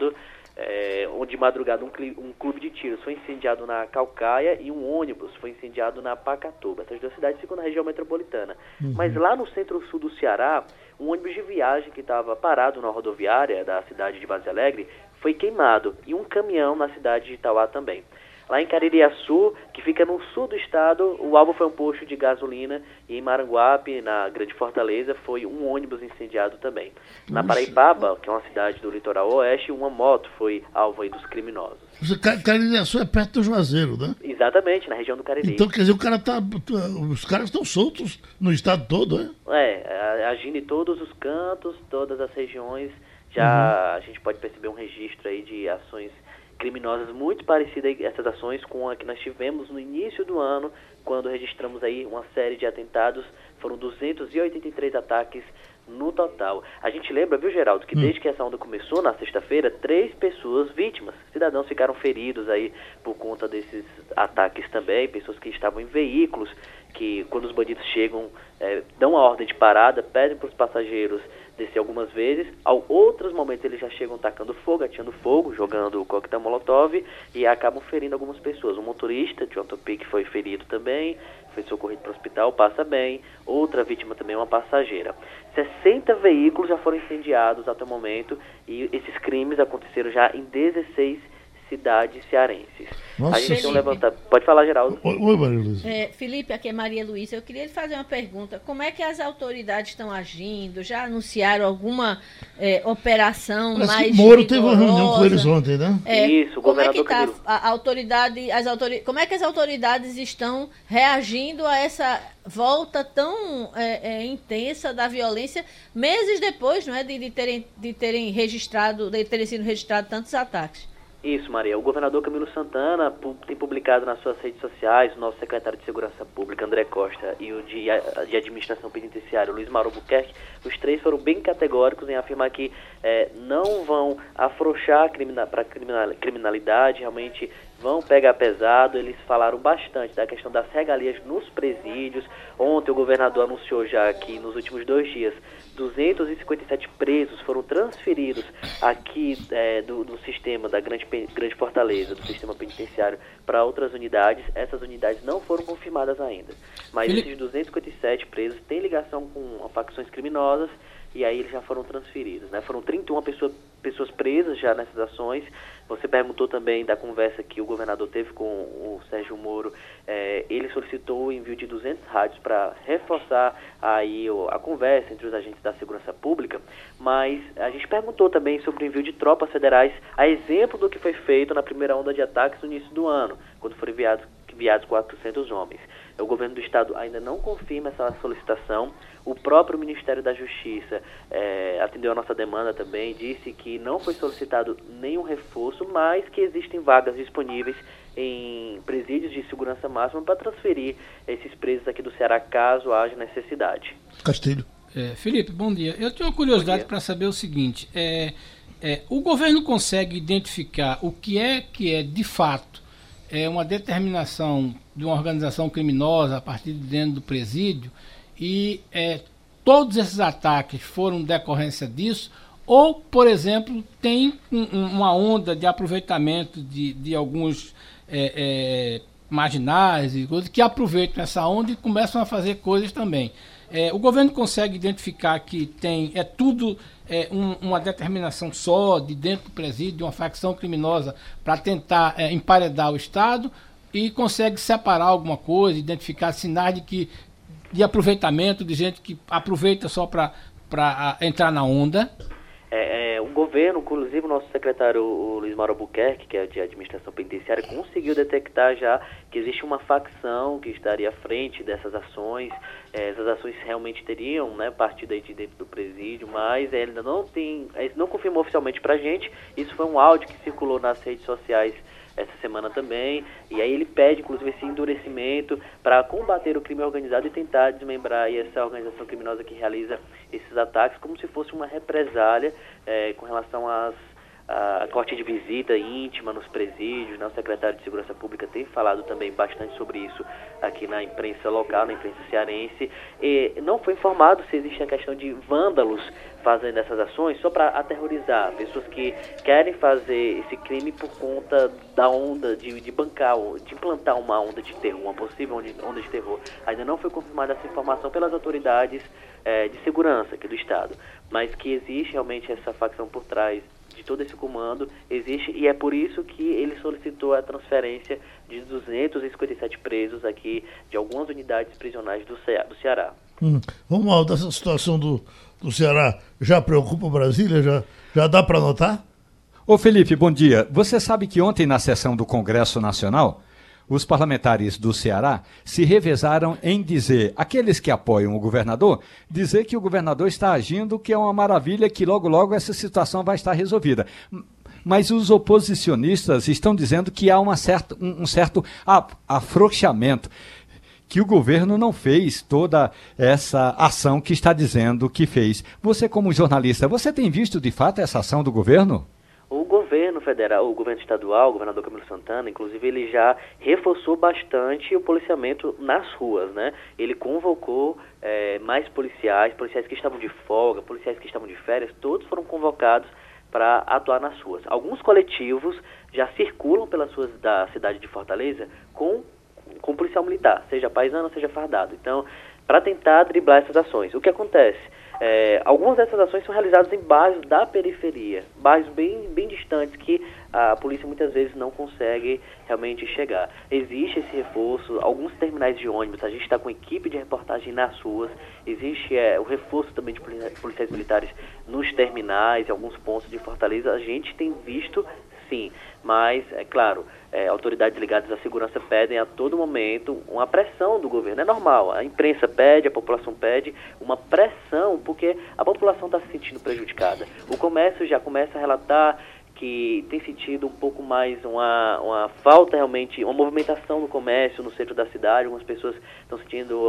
S6: onde de madrugada um clube de tiros foi incendiado na Caucaia e um ônibus foi incendiado na Pacatuba. Essas duas cidades ficam na região metropolitana. Mas lá no centro-sul do Ceará, um ônibus de viagem que estava parado na rodoviária da cidade de Várzea Alegre foi queimado, e um caminhão na cidade de Itauá também. Lá em Caririaçu, que fica no sul do estado, o alvo foi um posto de gasolina, e em Maranguape, na Grande Fortaleza, foi um ônibus incendiado também. Na Paraipaba, que é uma cidade do litoral oeste, uma moto foi alvo aí dos criminosos.
S2: Caririaçu é perto do Juazeiro, né?
S6: Exatamente, na região do Cariri.
S2: Então, quer dizer, os caras estão soltos no estado todo,
S6: agindo em todos os cantos, todas as regiões. Já a gente pode perceber um registro aí de ações criminosas muito parecidas, essas ações, com a que nós tivemos no início do ano, quando registramos aí uma série de atentados. Foram 283 ataques no total. A gente lembra, viu, Geraldo, que desde que essa onda começou, na sexta-feira, 3 pessoas vítimas, cidadãos ficaram feridos aí por conta desses ataques também, pessoas que estavam em veículos, que quando os bandidos chegam, dão a ordem de parada, pedem para os passageiros descer algumas vezes, em outros momentos eles já chegam tacando fogo, ateando fogo, jogando o coquetel molotov e acabam ferindo algumas pessoas. O motorista de Autopic foi ferido também, foi socorrido para o hospital, passa bem. Outra vítima também, uma passageira. 60 veículos já foram incendiados até o momento, e esses crimes aconteceram já em 16 cidades cearenses.
S2: Nossa.
S6: A gente não levanta... Pode falar, Geraldo.
S2: Oi, Maria Luísa.
S4: Felipe, aqui é Maria Luísa. Eu queria lhe fazer uma pergunta. Como é que as autoridades estão agindo? Já anunciaram alguma operação
S2: Parece
S4: mais
S2: que Moro teve uma
S4: rigorosa?
S2: reunião com eles ontem, né?
S6: Isso, o
S4: como é que
S6: governador
S4: tá como é que as autoridades estão reagindo a essa volta tão intensa da violência, meses depois, não é, de terem sido registrados tantos ataques?
S6: Isso, Maria. O governador Camilo Santana tem publicado nas suas redes sociais, o nosso secretário de Segurança Pública, André Costa, e o de Administração Penitenciária, Luiz Mauro Buquerque. Os três foram bem categóricos em afirmar que não vão afrouxar para a criminalidade, realmente vão pegar pesado. Eles falaram bastante da questão das regalias nos presídios. Ontem o governador anunciou já que nos últimos 2 dias 257 presos foram transferidos aqui do sistema da Grande Fortaleza, do sistema penitenciário, para outras unidades. Essas unidades não foram confirmadas ainda, mas esses 257 presos têm ligação com facções criminosas, e aí eles já foram transferidos, né? Foram 31 pessoas presas já nessas ações. Você perguntou também da conversa que o governador teve com o Sérgio Moro. Ele solicitou o envio de 200 rádios para reforçar aí a conversa entre os agentes da segurança pública, mas a gente perguntou também sobre o envio de tropas federais, a exemplo do que foi feito na primeira onda de ataques no início do ano, quando foram enviados 400 homens. O governo do estado ainda não confirma essa solicitação. O próprio Ministério da Justiça atendeu a nossa demanda também, disse que não foi solicitado nenhum reforço, mas que existem vagas disponíveis em presídios de segurança máxima para transferir esses presos aqui do Ceará, caso haja necessidade.
S2: Castilho.
S3: Felipe, bom dia. Eu tenho uma curiosidade para saber o seguinte. O governo consegue identificar o que é de fato uma determinação de uma organização criminosa a partir de dentro do presídio, e todos esses ataques foram decorrência disso, ou, por exemplo, tem uma onda de aproveitamento de alguns marginais e coisas que aproveitam essa onda e começam a fazer coisas também. O governo consegue identificar que tudo uma determinação só de dentro do presídio, de uma facção criminosa, para tentar emparedar o Estado, e consegue separar alguma coisa, identificar sinais de aproveitamento, de gente que aproveita só para entrar na onda?
S6: O governo, inclusive o nosso secretário o Luiz Mauro Buquerque, que é de Administração Penitenciária, conseguiu detectar já que existe uma facção que estaria à frente dessas ações. Essas ações realmente teriam, né, partido aí de dentro do presídio, mas ainda não confirmou oficialmente pra gente. Isso foi um áudio que circulou nas redes sociais essa semana também, e aí ele pede, inclusive, esse endurecimento para combater o crime organizado e tentar desmembrar aí essa organização criminosa que realiza esses ataques, como se fosse uma represália com relação a corte de visita íntima nos presídios, né? O secretário de Segurança Pública tem falado também bastante sobre isso aqui na imprensa local, na imprensa cearense. E não foi informado se existe a questão de vândalos fazendo essas ações só para aterrorizar pessoas que querem fazer esse crime por conta da onda de implantar uma onda de terror, uma possível onda de terror. Ainda não foi confirmada essa informação pelas autoridades de segurança aqui do Estado, mas que existe realmente essa facção por trás de todo esse comando, existe, e é por isso que ele solicitou a transferência de 257 presos aqui de algumas unidades prisionais do Ceará.
S2: Romualdo, essa situação do Ceará já preocupa Brasília? Já dá para notar?
S5: Ô Felipe, bom dia. Você sabe que ontem na sessão do Congresso Nacional, os parlamentares do Ceará se revezaram em dizer, aqueles que apoiam o governador, dizer que o governador está agindo, que é uma maravilha, que logo logo essa situação vai estar resolvida. Mas os oposicionistas estão dizendo que há um certo afrouxamento, que o governo não fez toda essa ação que está dizendo que fez. Você, como jornalista, você tem visto de fato essa ação do governo?
S6: O governo federal, o governo estadual, o governador Camilo Santana, inclusive, ele já reforçou bastante o policiamento nas ruas, né? Ele convocou mais policiais que estavam de folga, policiais que estavam de férias, todos foram convocados para atuar nas ruas. Alguns coletivos já circulam pelas ruas da cidade de Fortaleza com policial militar, seja paisano, seja fardado. Então, para tentar driblar essas ações. O que acontece? Algumas dessas ações são realizadas em bairros da periferia, bairros bem distantes que a polícia muitas vezes não consegue realmente chegar. Existe esse reforço, alguns terminais de ônibus, a gente está com equipe de reportagem nas ruas, existe o reforço também de policiais militares nos terminais, em alguns pontos de Fortaleza, a gente tem visto sim, mas, é claro, autoridades ligadas à segurança pedem a todo momento uma pressão do governo. É normal, a imprensa pede, a população pede uma pressão, porque a população está se sentindo prejudicada. O comércio já começa a relatar que tem sentido um pouco mais uma falta realmente, uma movimentação no comércio, no centro da cidade. Algumas pessoas estão sentindo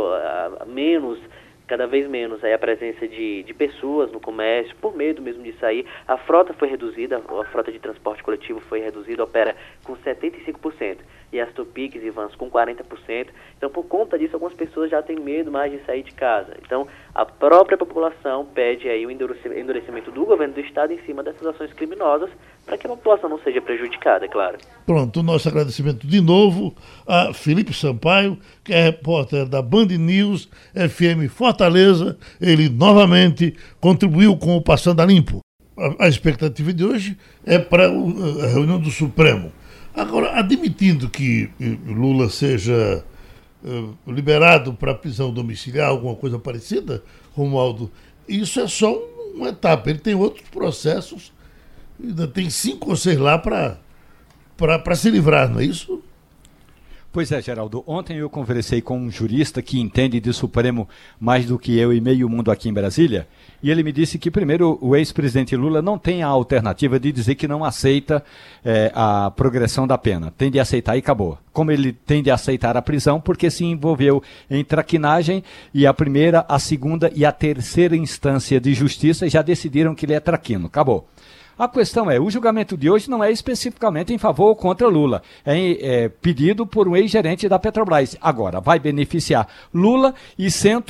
S6: cada vez menos a presença de pessoas no comércio, por medo mesmo de sair. A frota foi reduzida, a frota de transporte coletivo foi reduzida, opera com 75%, e as Tupics e vans com 40%. Então, por conta disso, algumas pessoas já têm medo mais de sair de casa. Então, a própria população pede aí o endurecimento do governo do Estado em cima dessas ações criminosas, para que a população não seja prejudicada, é claro.
S2: Pronto, o nosso agradecimento de novo a Felipe Sampaio, que é repórter da Band News FM Fortaleza. Ele novamente contribuiu com o Passando a Limpo. A expectativa de hoje é para a reunião do Supremo. Agora, admitindo que Lula seja liberado para prisão domiciliar, alguma coisa parecida, Romualdo, isso é só uma etapa. Ele tem outros processos, ainda tem 5 ou 6 lá para se livrar, não é isso?
S5: Pois é, Geraldo. Ontem eu conversei com um jurista que entende de Supremo mais do que eu e meio mundo aqui em Brasília, e ele me disse que, primeiro, o ex-presidente Lula não tem a alternativa de dizer que não aceita a progressão da pena. Tem de aceitar e acabou. Como ele tem de aceitar a prisão, porque se envolveu em traquinagem, e a primeira, a segunda e a terceira instância de justiça já decidiram que ele é traquino. Acabou. A questão é, o julgamento de hoje não é especificamente em favor ou contra Lula, é pedido por um ex-gerente da Petrobras. Agora, vai beneficiar Lula e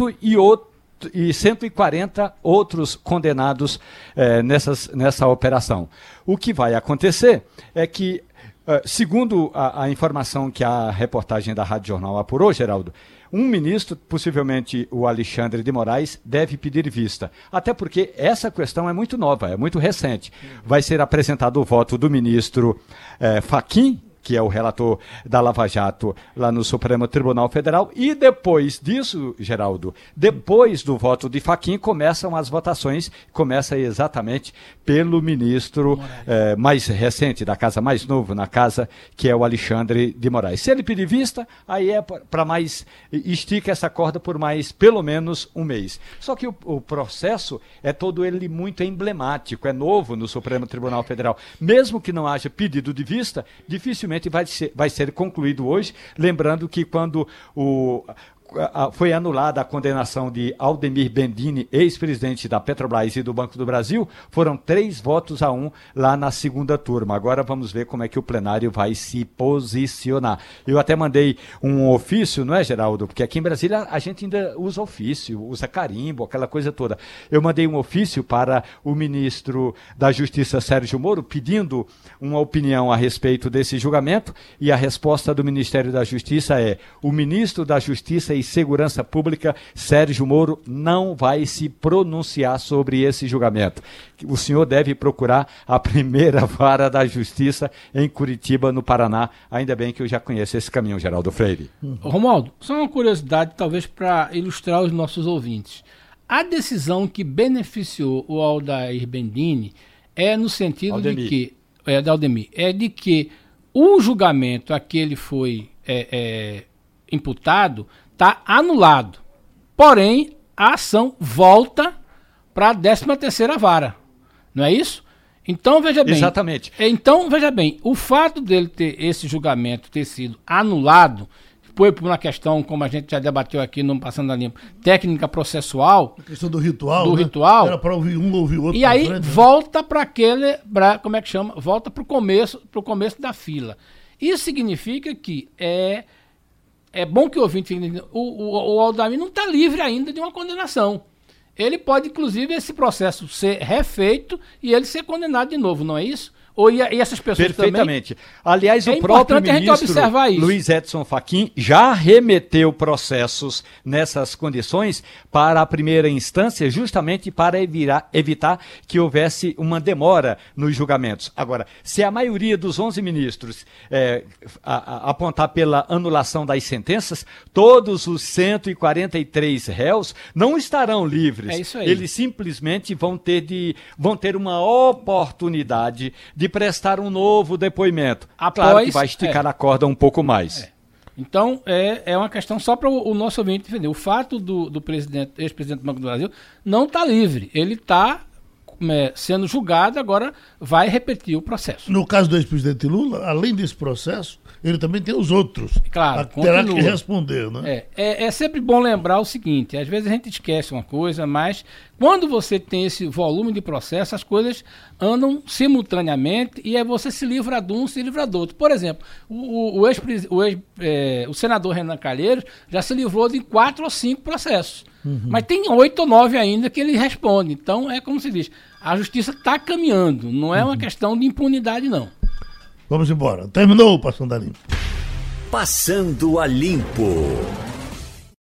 S5: 140 outros condenados nessa operação. O que vai acontecer é que, segundo a informação que a reportagem da Rádio Jornal apurou, Geraldo, um ministro, possivelmente o Alexandre de Moraes, deve pedir vista. Até porque essa questão é muito nova, é muito recente. Vai ser apresentado o voto do ministro Fachin, que é o relator da Lava Jato lá no Supremo Tribunal Federal, e depois disso, Geraldo, depois do voto de Fachin, começam as votações, começa exatamente pelo ministro mais recente, da casa mais novo na casa, que é o Alexandre de Moraes. Se ele pedir vista, aí é para mais, estica essa corda por mais, pelo menos, um mês. Só que o processo é todo ele muito emblemático, é novo no Supremo Tribunal Federal. Mesmo que não haja pedido de vista, dificilmente vai ser concluído hoje, lembrando que quando foi anulada a condenação de Aldemir Bendini, ex-presidente da Petrobras e do Banco do Brasil. Foram 3-1 lá na segunda turma. Agora vamos ver como é que o plenário vai se posicionar. Eu até mandei um ofício, não é, Geraldo? Porque aqui em Brasília a gente ainda usa ofício, usa carimbo, aquela coisa toda. Eu mandei um ofício para o ministro da Justiça, Sérgio Moro, pedindo uma opinião a respeito desse julgamento, e a resposta do Ministério da Justiça é: o ministro da Justiça e Segurança Pública, Sérgio Moro, não vai se pronunciar sobre esse julgamento. O senhor deve procurar a primeira vara da Justiça em Curitiba, no Paraná. Ainda bem que eu já conheço esse caminho, Geraldo Freire.
S3: Romualdo, só uma curiosidade, talvez para ilustrar os nossos ouvintes. A decisão que beneficiou o Aldair Bendini é no sentido
S5: Aldemir.
S3: de que... Aldemir, é de que o julgamento a que ele foi imputado está anulado. Porém, a ação volta para a 13ª vara. Não é isso? Então, veja bem.
S5: Exatamente.
S3: Então, veja bem, o fato dele ter esse julgamento ter sido anulado foi por uma questão, como a gente já debateu aqui no Passando a Limpo, técnica processual.
S2: A questão do ritual.
S3: Do
S2: né?
S3: ritual.
S2: Era para ouvir um, ouvir outro.
S3: E aí
S2: frente,
S3: volta para aquele, como é que chama? Volta para o começo da fila. Isso significa que é bom que o ouvinte entenda, o Aldair não está livre ainda de uma condenação. Ele pode, inclusive, esse processo ser refeito e ele ser condenado de novo, não é isso? E essas pessoas
S5: Perfeitamente.
S3: também...
S5: Aliás, o próprio ministro
S3: isso.
S5: Luiz Edson Fachin já remeteu processos nessas condições para a primeira instância, justamente para evitar que houvesse uma demora nos julgamentos. Agora, se a maioria dos 11 ministros apontar pela anulação das sentenças, todos os 143 réus não estarão livres.
S3: É isso aí.
S5: Eles simplesmente vão ter uma oportunidade de prestar um novo depoimento. Claro que vai esticar a corda um pouco mais.
S3: Então, é uma questão só para o nosso ouvinte entender. O fato do ex-presidente do Banco do Brasil não está livre. Ele está sendo julgado, agora vai repetir o processo.
S2: No caso do ex-presidente Lula, além desse processo, ele também tem os outros.
S3: Claro,
S2: terá que responder, né?
S3: É sempre bom lembrar o seguinte: às vezes a gente esquece uma coisa, mas quando você tem esse volume de processo, as coisas andam simultaneamente e você se livra de um, se livra do outro. Por exemplo, o senador Renan Calheiros já se livrou de 4 ou 5 processos. Mas tem 8 ou 9 ainda que ele responde. Então, é como se diz, a justiça está caminhando, não é uma questão de impunidade, não.
S2: Vamos embora. Terminou o Passando a Limpo.
S1: Passando a Limpo.